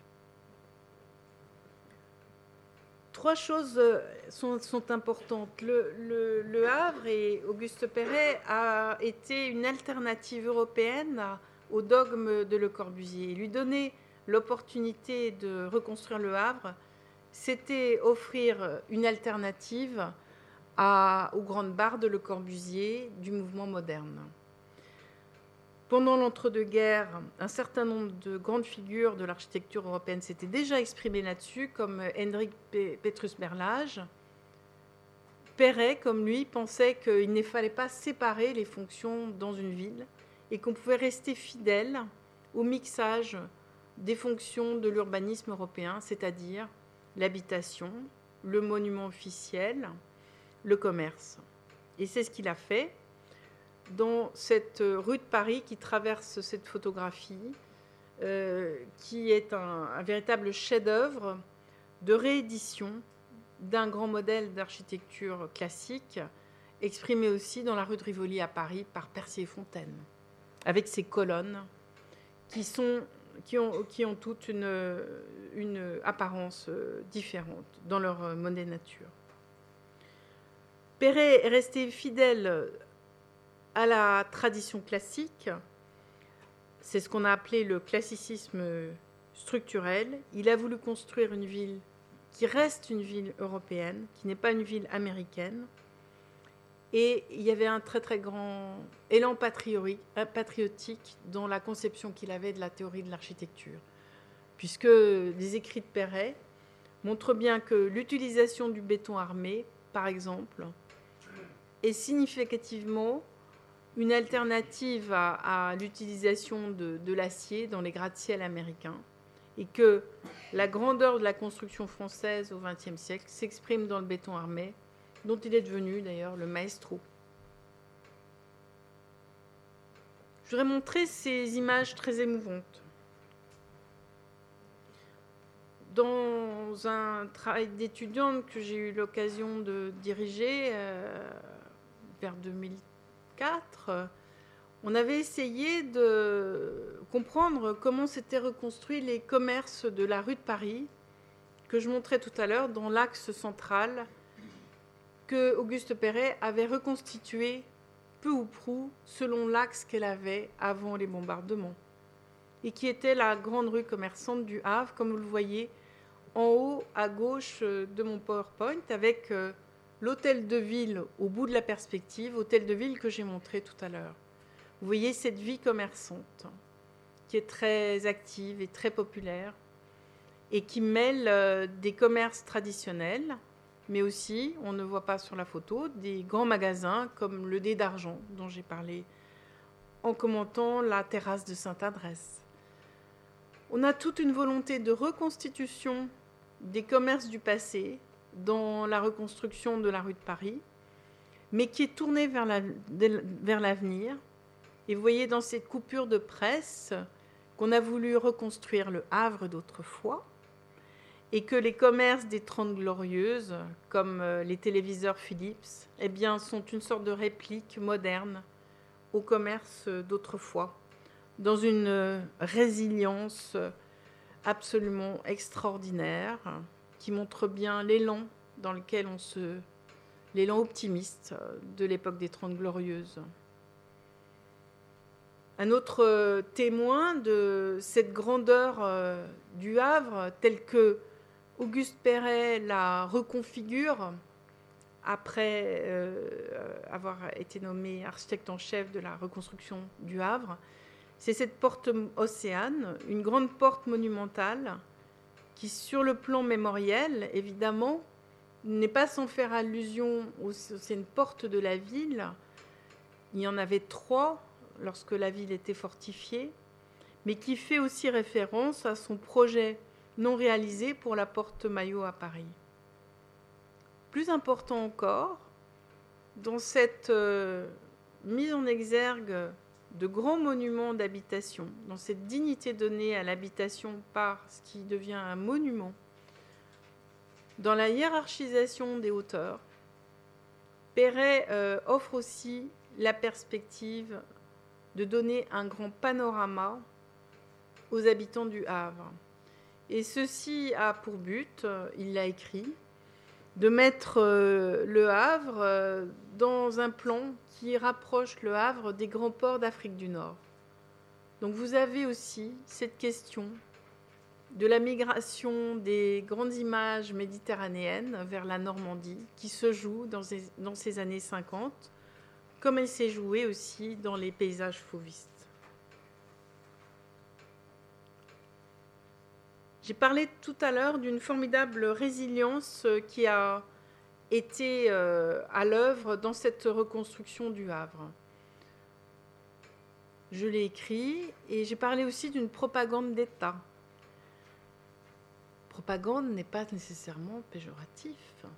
3 choses sont importantes. Le Havre et Auguste Perret a été une alternative européenne au dogme de Le Corbusier. Lui donner l'opportunité de reconstruire le Havre, c'était offrir une alternative aux grandes barres de Le Corbusier du mouvement moderne. Pendant l'entre-deux-guerres, un certain nombre de grandes figures de l'architecture européenne s'étaient déjà exprimées là-dessus, comme Hendrik Petrus Berlage. Perret, comme lui, pensait qu'il ne fallait pas séparer les fonctions dans une ville et qu'on pouvait rester fidèle au mixage des fonctions de l'urbanisme européen, c'est-à-dire l'habitation, le monument officiel, le commerce. Et c'est ce qu'il a fait dans cette rue de Paris qui traverse cette photographie, qui est un véritable chef-d'œuvre de réédition d'un grand modèle d'architecture classique, exprimé aussi dans la rue de Rivoli à Paris par Percier-Fontaine, avec ses colonnes qui ont toutes une apparence différente dans leur monnaie nature. Perret est resté fidèle à la tradition classique. C'est ce qu'on a appelé le classicisme structurel. Il a voulu construire une ville qui reste une ville européenne, qui n'est pas une ville américaine. Et il y avait un très très grand élan patriotique dans la conception qu'il avait de la théorie de l'architecture, puisque les écrits de Perret montrent bien que l'utilisation du béton armé, par exemple, est significativement une alternative à l'utilisation de l'acier dans les gratte-ciel américains, et que la grandeur de la construction française au XXe siècle s'exprime dans le béton armé, dont il est devenu d'ailleurs le maestro. Je voudrais montrer ces images très émouvantes. Dans un travail d'étudiante que j'ai eu l'occasion de diriger vers 2004, on avait essayé de comprendre comment s'étaient reconstruits les commerces de la rue de Paris, que je montrais tout à l'heure, dans l'axe central que Auguste Perret avait reconstitué peu ou prou selon l'axe qu'elle avait avant les bombardements, et qui était la grande rue commerçante du Havre, comme vous le voyez en haut à gauche de mon PowerPoint, avec l'hôtel de ville au bout de la perspective, hôtel de ville que j'ai montré tout à l'heure. Vous voyez cette vie commerçante qui est très active et très populaire et qui mêle des commerces traditionnels, mais aussi, on ne voit pas sur la photo, des grands magasins comme le Dé d'Argent dont j'ai parlé en commentant la terrasse de Sainte-Adresse. On a toute une volonté de reconstitution des commerces du passé dans la reconstruction de la rue de Paris, mais qui est tournée vers l'avenir. Et vous voyez dans cette coupure de presse qu'on a voulu reconstruire le Havre d'autrefois, et que les commerces des 30 Glorieuses, comme les téléviseurs Philips, eh bien, sont une sorte de réplique moderne au commerce d'autrefois, dans une résilience absolument extraordinaire, qui montre bien l'élan dans lequel l'élan optimiste de l'époque des 30 Glorieuses. Un autre témoin de cette grandeur du Havre, telle que Auguste Perret la reconfigure après avoir été nommé architecte en chef de la reconstruction du Havre, c'est cette porte Océane, une grande porte monumentale qui, sur le plan mémoriel, évidemment, n'est pas sans faire allusion aux anciennes portes de la ville. Il y en avait 3 lorsque la ville était fortifiée, mais qui fait aussi référence à son projet non réalisé pour la porte Maillot à Paris. Plus important encore, dans cette mise en exergue de grands monuments d'habitation, dans cette dignité donnée à l'habitation par ce qui devient un monument, dans la hiérarchisation des hauteurs, Perret offre aussi la perspective de donner un grand panorama aux habitants du Havre. Et ceci a pour but, il l'a écrit, de mettre le Havre dans un plan qui rapproche le Havre des grands ports d'Afrique du Nord. Donc vous avez aussi cette question de la migration des grandes images méditerranéennes vers la Normandie qui se joue dans ces années 50, comme elle s'est jouée aussi dans les paysages fauvistes. J'ai parlé tout à l'heure d'une formidable résilience qui a été à l'œuvre dans cette reconstruction du Havre. Je l'ai écrit et j'ai parlé aussi d'une propagande d'État. Propagande n'est pas nécessairement péjoratif.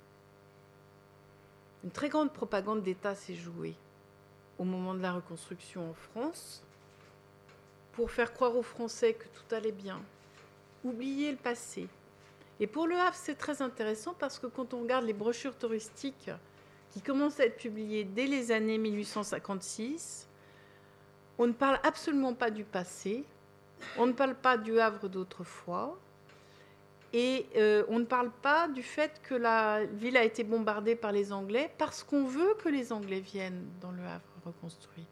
Une très grande propagande d'État s'est jouée au moment de la reconstruction en France pour faire croire aux Français que tout allait bien, oublier le passé. Et pour le Havre, c'est très intéressant parce que quand on regarde les brochures touristiques qui commencent à être publiées dès les années 1856, on ne parle absolument pas du passé, on ne parle pas du Havre d'autrefois, et on ne parle pas du fait que la ville a été bombardée par les Anglais parce qu'on veut que les Anglais viennent dans le Havre reconstruit.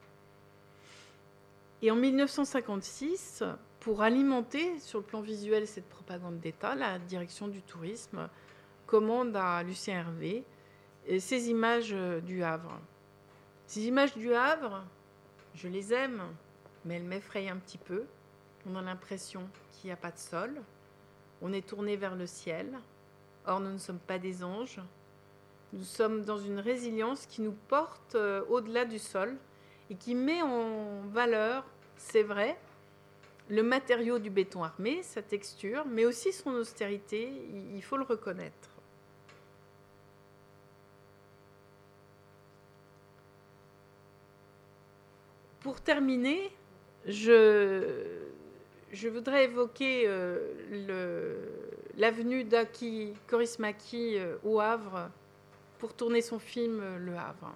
Et en 1956, pour alimenter sur le plan visuel cette propagande d'État, la direction du tourisme commande à Lucien Hervé ces images du Havre. Ces images du Havre, je les aime, mais elles m'effrayent un petit peu. On a l'impression qu'il n'y a pas de sol. On est tourné vers le ciel. Or, nous ne sommes pas des anges. Nous sommes dans une résilience qui nous porte au-delà du sol et qui met en valeur, c'est vrai, le matériau du béton armé, sa texture, mais aussi son austérité, il faut le reconnaître. Pour terminer, je voudrais évoquer l'avenue d'Aki Kaurismäki au Havre pour tourner son film Le Havre.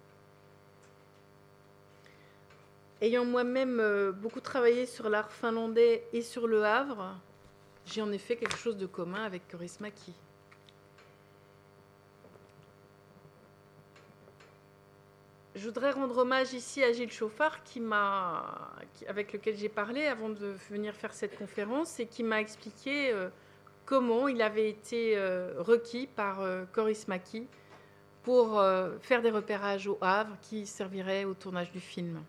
Ayant moi-même beaucoup travaillé sur l'art finlandais et sur Le Havre, j'ai en effet quelque chose de commun avec Kaurismäki. Je voudrais rendre hommage ici à Gilles Chauffard, avec lequel j'ai parlé avant de venir faire cette conférence et qui m'a expliqué comment il avait été requis par Kaurismäki pour faire des repérages au Havre qui serviraient au tournage du film.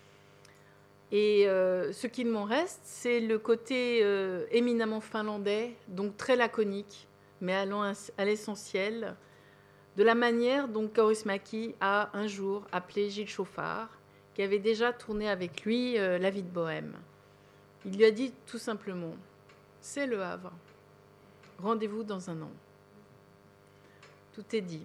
Et ce qu'il m'en reste, c'est le côté éminemment finlandais, donc très laconique, mais allant à l'essentiel, de la manière dont Kaurismäki a un jour appelé Gilles Chauffard, qui avait déjà tourné avec lui La vie de Bohème. Il lui a dit tout simplement « C'est Le Havre. Rendez-vous dans un an. » Tout est dit.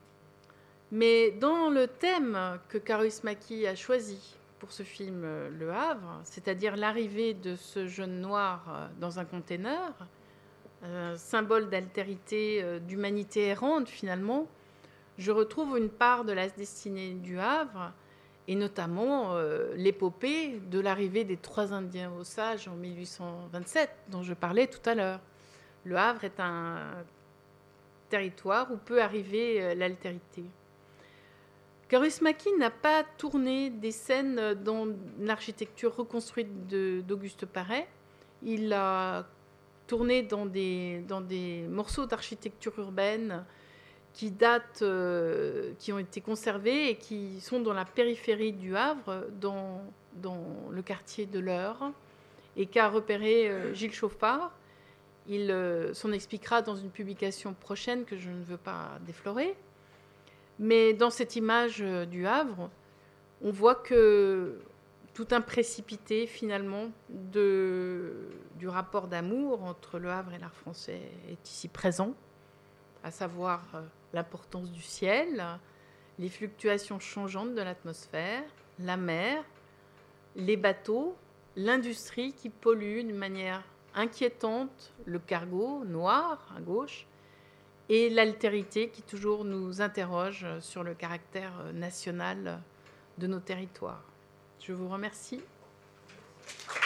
Mais dans le thème que Kaurismäki a choisi pour ce film Le Havre, c'est-à-dire l'arrivée de ce jeune noir dans un container, symbole d'altérité, d'humanité errante finalement, je retrouve une part de la destinée du Havre, et notamment l'épopée de l'arrivée des 3 Indiens Osages en 1827, dont je parlais tout à l'heure. Le Havre est un territoire où peut arriver l'altérité. Kaurismäki n'a pas tourné des scènes dans l'architecture reconstruite d'Auguste Paré. Il a tourné dans des morceaux d'architecture urbaine qui datent, qui ont été conservés et qui sont dans la périphérie du Havre, dans le quartier de l'Eure, et qu'a repéré Gilles Chauffard. Il s'en expliquera dans une publication prochaine que je ne veux pas déflorer. Mais dans cette image du Havre, on voit que tout un précipité, finalement, du rapport d'amour entre le Havre et l'art français est ici présent, à savoir l'importance du ciel, les fluctuations changeantes de l'atmosphère, la mer, les bateaux, l'industrie qui pollue d'une manière inquiétante, le cargo noir à gauche, et l'altérité qui toujours nous interroge sur le caractère national de nos territoires. Je vous remercie.